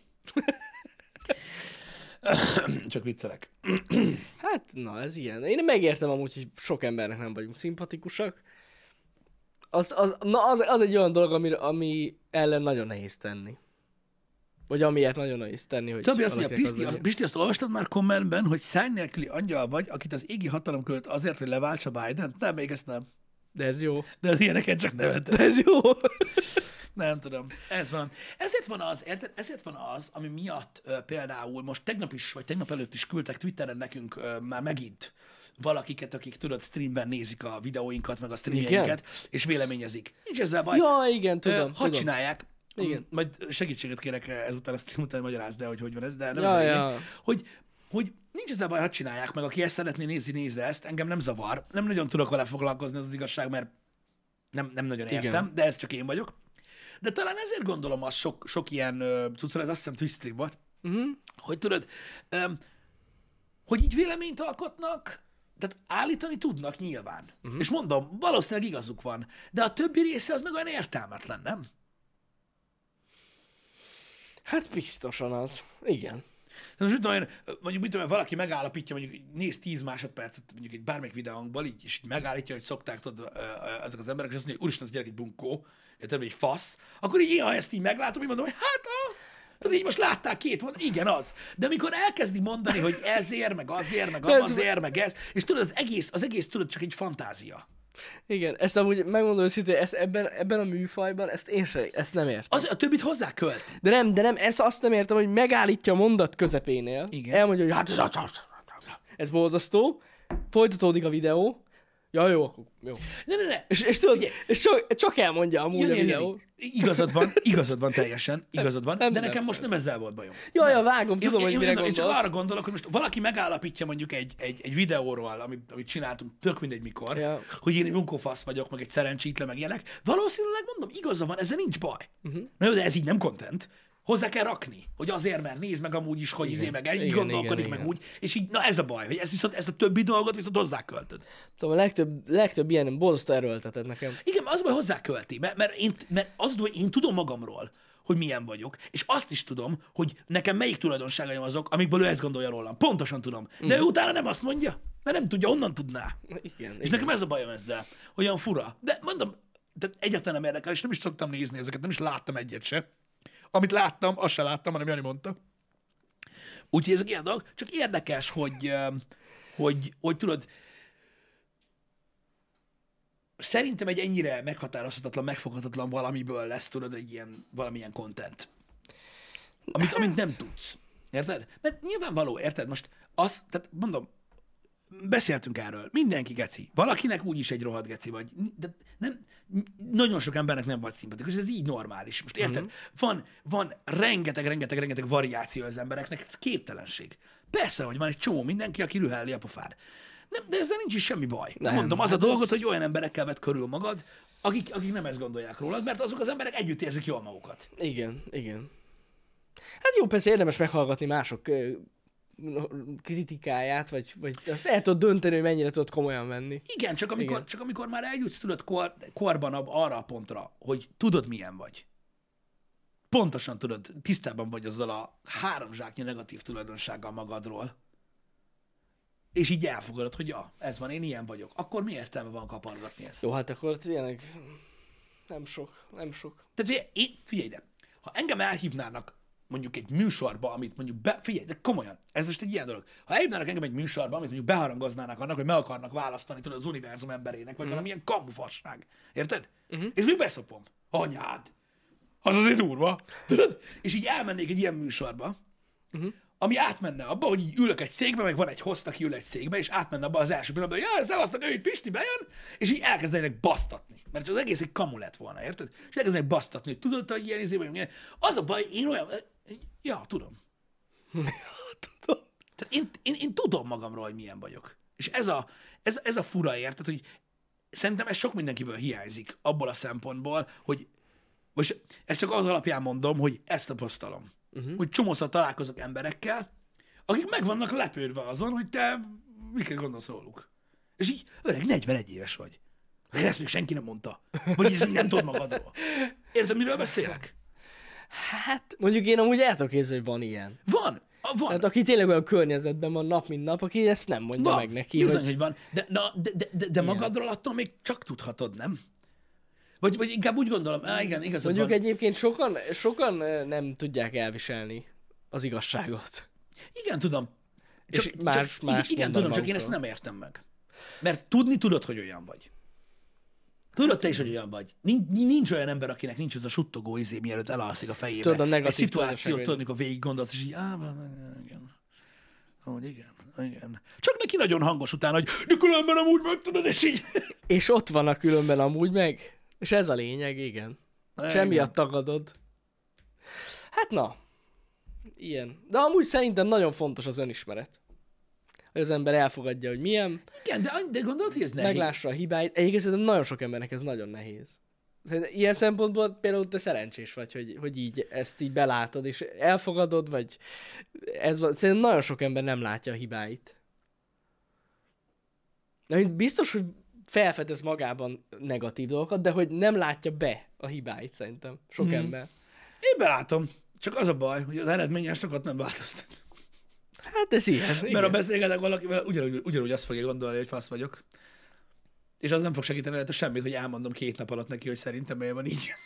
Csak viccelek. Hát, na, ez ilyen. Én megértem amúgy, hogy sok embernek nem vagyunk szimpatikusak. Az egy olyan dolog, ami ellen nagyon nehéz tenni. Vagy amiért nagyon nehéz tenni, hogy... Szabi azt mondja, Pisti, azt olvastad már kommentben, hogy szárny nélküli angyal vagy, akit az égi hatalom költ azért, hogy leváltsa Biden-t? Nem, még ezt nem. De ez jó. De az ilyeneket csak nevetek. De ez jó. Nem tudom. Ez van. Ezért van az, ami miatt például most tegnap előtt is küldtek Twitteren nekünk már megint valakiket, akik tudod, streamben nézik a videóinkat, meg a streamjeinket, és véleményezik. Nincs ezzel baj. Ja, igen, tudom. Csinálják. Igen. Majd segítséget kérek ezután a stream után, magyarázd el, hogy van ez, de nem Ja, ez ja. hogy nincs ezzel baj, hadd csinálják meg, aki ezt szeretné nézze ezt, engem nem zavar. Nem nagyon tudok vele foglalkozni, ez az igazság, mert nem nagyon értem, Igen. de ez csak én vagyok. De talán ezért gondolom azt sok ilyen cuccra, ez azt hiszem Twitch stream volt, hogy tudod, hogy így véleményt alkotnak, tehát állítani tudnak nyilván. És mondom, valószínűleg igazuk van, de a többi része az meg olyan értelmetlen, nem? Hát biztosan az. Igen. Most mit tudom én, valaki megállapítja, mondjuk néz 10 másodpercet mondjuk egy bármelyik videónkból, így, és így megállítja, hogy szokták tudod, ezek az emberek, és azt mondja, hogy úristen, ez gyerek egy bunkó, érted, vagy egy fasz, akkor így én, ha ezt így meglátom, így mondom, hogy tehát így most látták igen, az. De amikor elkezdi mondani, hogy ezért, meg azért, meg azért, meg ez, és tudod, az egész tudod, csak egy fantázia. Igen, ezt amúgy megmondom őszintén, ebben a műfajban, ezt nem értem. A többit hozzá költ. De nem, ezt azt nem értem, hogy megállítja a mondat közepénél. Igen. Elmondja, hogy hát ez borzasztó, folytatódik a videó. Ja, jó, akkor jó. Ne. És tudod, és csak elmondja amúgy a videó. Igazad van teljesen, igazad van, de nekem most nem ezzel volt bajom. Ja, vágom, tudom, hogy mire gondolsz. Én csak arra gondolok, hogy most valaki megállapítja mondjuk egy videóról, amit csináltunk, tök mindegy mikor, hogy én egy munkófasz vagyok, meg egy szerencsétlen, meg ilyenek. Valószínűleg mondom, igaza van, ezzel nincs baj. Na jó, de ez így nem content. Hozzá kell rakni, hogy azért, mert nézd meg amúgy is, hogy meg így gondolkodik, meg úgy, és így, na ez a baj, hogy ezt a többi dolgot viszont hozzáköltöd. Tudom, a legtöbb ilyen borzasztó erőltetett nekem. Igen, az baj hozzákölti, mert én tudom magamról, hogy milyen vagyok, és azt is tudom, hogy nekem melyik tulajdonságaim azok, amikből ő ezt gondolja rólam. Pontosan tudom. De ő utána nem azt mondja, mert nem tudja, onnan tudná. Igen. Nekem ez a bajom ezzel, olyan fura. De mondom, tehát egyáltalán nem érdekel, és nem is szoktam nézni ezeket, nem is láttam egyet se. Amit láttam, azt sem láttam, hanem Jani mondta. Úgyhogy ezek ilyen dolgok. Csak érdekes, hogy tudod, szerintem egy ennyire meghatározhatatlan, megfoghatatlan valamiből lesz, tudod, valamilyen content. Amit nem tudsz. Érted? Mert nyilvánvaló, érted? Most tehát mondom, beszéltünk erről. Mindenki geci. Valakinek úgyis egy rohadt geci vagy. De nagyon sok embernek nem vagy szimpatikus, ez így normális. Most érted? Van rengeteg variáció az embereknek, ez képtelenség. Persze, hogy van egy csomó mindenki, aki rühelli a pofád. De ezzel nincs is semmi baj. Nem, mondom, az a dolgot, hogy olyan emberekkel vedd körül magad, akik nem ezt gondolják rólad, mert azok az emberek együtt érzik jól magukat. Igen. Hát jó, persze érdemes meghallgatni mások kritikáját, vagy azt el tudod dönteni, hogy mennyire tudod komolyan venni. Igen, csak amikor már eljutsz, tudod, korban arra a pontra, hogy tudod, milyen vagy. Pontosan tudod, tisztában vagy azzal a 3 zsáknyi negatív tulajdonsággal magadról, és így elfogadod, hogy ja, ez van, én ilyen vagyok. Akkor mi értelme van kapargatni ezt? Jó, hát akkor tényleg nem sok. Tehát figyelj ide, ha engem elhívnának mondjuk egy műsorba, amit mondjuk figyelj, de komolyan, ez most egy ilyen dolog. Ha elhívnának engem egy műsorba, amit mondjuk beharangoznának annak, hogy meg akarnak választani, tudod, az univerzum emberének, vagy valamilyen kamufasság. Érted? És még beszopom. Anyád! Az azért durva. Tudod? És így elmennék egy ilyen műsorba, ami átmenne abba, hogy így ülök egy székbe, meg van egy host, aki ül egy székbe, és átmenne abba az első pillanatban, hogy ja, szevasztok, ő itt Pisti bejön, és így elkezdenek basztatni. Mert az egész egy kamu lett volna, érted? És elkezdenek basztatni, hogy tudod, hogy ilyen izében, milyen. Az a baj, én olyan, ja, tudom. Tudom. Tehát én tudom magamról, hogy milyen vagyok. És ez a fura, érted, hogy szerintem ez sok mindenkiből hiányzik abból a szempontból, hogy most ezt csak az alapján mondom, hogy ezt tapasztalom. Hogy csomószor találkozok emberekkel, akik meg vannak lepődve azon, hogy te miket gondolsz róluk. És így, öreg, 41 éves vagy. Ezt még senki nem mondta. Vagy ezt nem tudod magadról. Érted, miről beszélek? Hát, mondjuk én amúgy el tudok képzelni, hogy van ilyen. Van. Tehát aki tényleg olyan környezetben van nap, mint nap, aki ezt nem mondja meg neki. Bizony, hogy van. De magadról attól még csak tudhatod, nem? Vagy inkább úgy gondolom, igen, igazad mondjuk van. egyébként sokan nem tudják elviselni az igazságot. Igen, tudom. És más igen, tudom, csak én ezt nem értem meg. Mert tudod, hogy olyan vagy. Tudod te is, hogy olyan vagy. Nincs olyan ember, akinek nincs az a suttogó izé, mielőtt elalszik a fejébe. Tudod, a negatív egy szituációt, tudod, amikor végig gondolsz, és így, igen. Ahogy igen. Csak neki nagyon hangos utána, hogy de különben amúgy meg tudod, és így. És ott vannak különben amúgy meg. És ez a lényeg, igen. Semmiatt tagadod. Hát na. Ilyen. De amúgy szerintem nagyon fontos az önismeret. Hogy az ember elfogadja, hogy milyen. Igen, de gondolod, hogy ez nehéz? Meglássa a hibáit. Egyébként szerintem nagyon sok embernek ez nagyon nehéz. Ilyen szempontból például te szerencsés vagy, hogy így ezt így belátod, és elfogadod, vagy ez van. Szerintem nagyon sok ember nem látja a hibáit. Biztos, hogy felfedez magában negatív dolgokat, de hogy nem látja be a hibáit szerintem. Sok ember. Én belátom. Csak az a baj, hogy az eredményen sokat nem változtat. Hát ez ilyen. Mert ha beszélgetek valakivel, ugyanúgy azt fogja gondolni, hogy fasz vagyok. És az nem fog segíteni rajta semmit, hogy elmondom 2 nap alatt neki, hogy szerintem miért van így.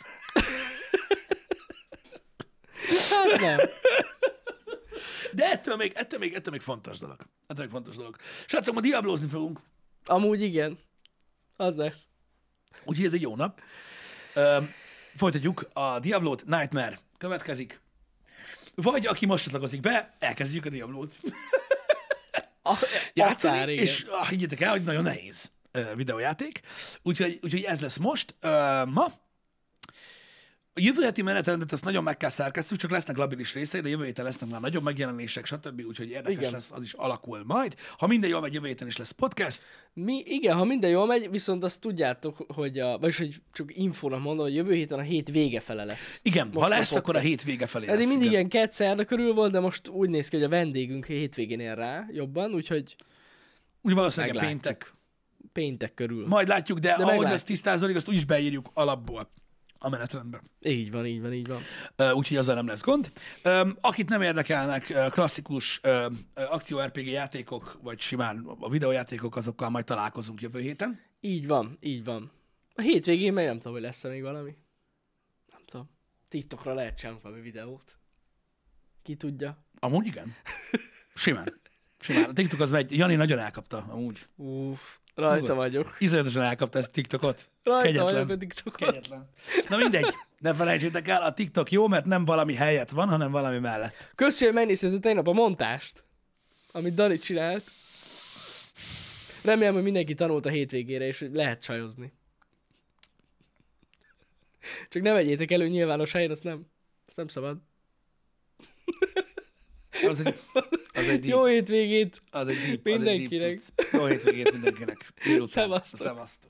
Hát nem. De ettől még fontos dolog. Ettől még fontos dolog. Srácok, ma diablózni fogunk. Amúgy igen. Az lesz. Úgyhogy ez egy jó nap. Folytatjuk a Diablót. Nightmare következik. Vagy aki most csatlakozik be, elkezdjük a Diablót. Játszani, akár, igen. és higgyétek el, hogy nagyon nehéz videójáték. Úgyhogy ez lesz most. Ma a jövő heti menetrendet azt nagyon meg kell szerkesztjük, csak lesznek labilis részei, de jövő héten lesznek már nagyobb megjelenések, stb. Úgyhogy érdekes lesz, az is alakul majd. Ha minden jól megy, jövő héten is lesz podcast. Igen, ha minden jól megy, viszont azt tudjátok, vagyis hogy csak infónak mondom, hogy jövő héten a hét vége fele lesz. Igen, most ha lesz, akkor a hét vége felé lesz. Eddig mindig ilyen kedd-szerda körül volt, de most úgy néz ki, hogy a vendégünk hétvégén ér rá jobban, úgyhogy úgy valószínűleg péntek körül. Majd látjuk, de ahogy azt tisztázódik, azt úgyis beírjuk alapból a menetrendben. Így van. Úgyhogy azzal nem lesz gond. Akit nem érdekelnek klasszikus akció RPG játékok, vagy simán a videójátékok, azokkal majd találkozunk jövő héten. Így van. A hétvégén meg nem tudom, hogy lesz-e még valami. Nem tudom. TikTokra lehet csinálni valami videót. Ki tudja. Amúgy igen. Simán. A TikTok az megy. Jani nagyon elkapta, amúgy. Rajta vagyok. Iszonyatosan elkapta ezt a TikTokot. Rajta vagyok a TikTokot. Kegyetlen. Na mindegy, ne felejtsétek el, a TikTok jó, mert nem valami helyett van, hanem valami mellett. Köszi, hogy megnéztétek tegnap a montást, amit Dani csinált. Remélem, hogy mindenki tanult a hétvégére, és hogy lehet csajozni. Csak ne vegyétek elő nyilvános helyen, azt nem szabad. Az egy Jó hétvégét az egy deep, mindenkinek. Jó hétvégét mindenkinek. Szevasztok. Szevasztok.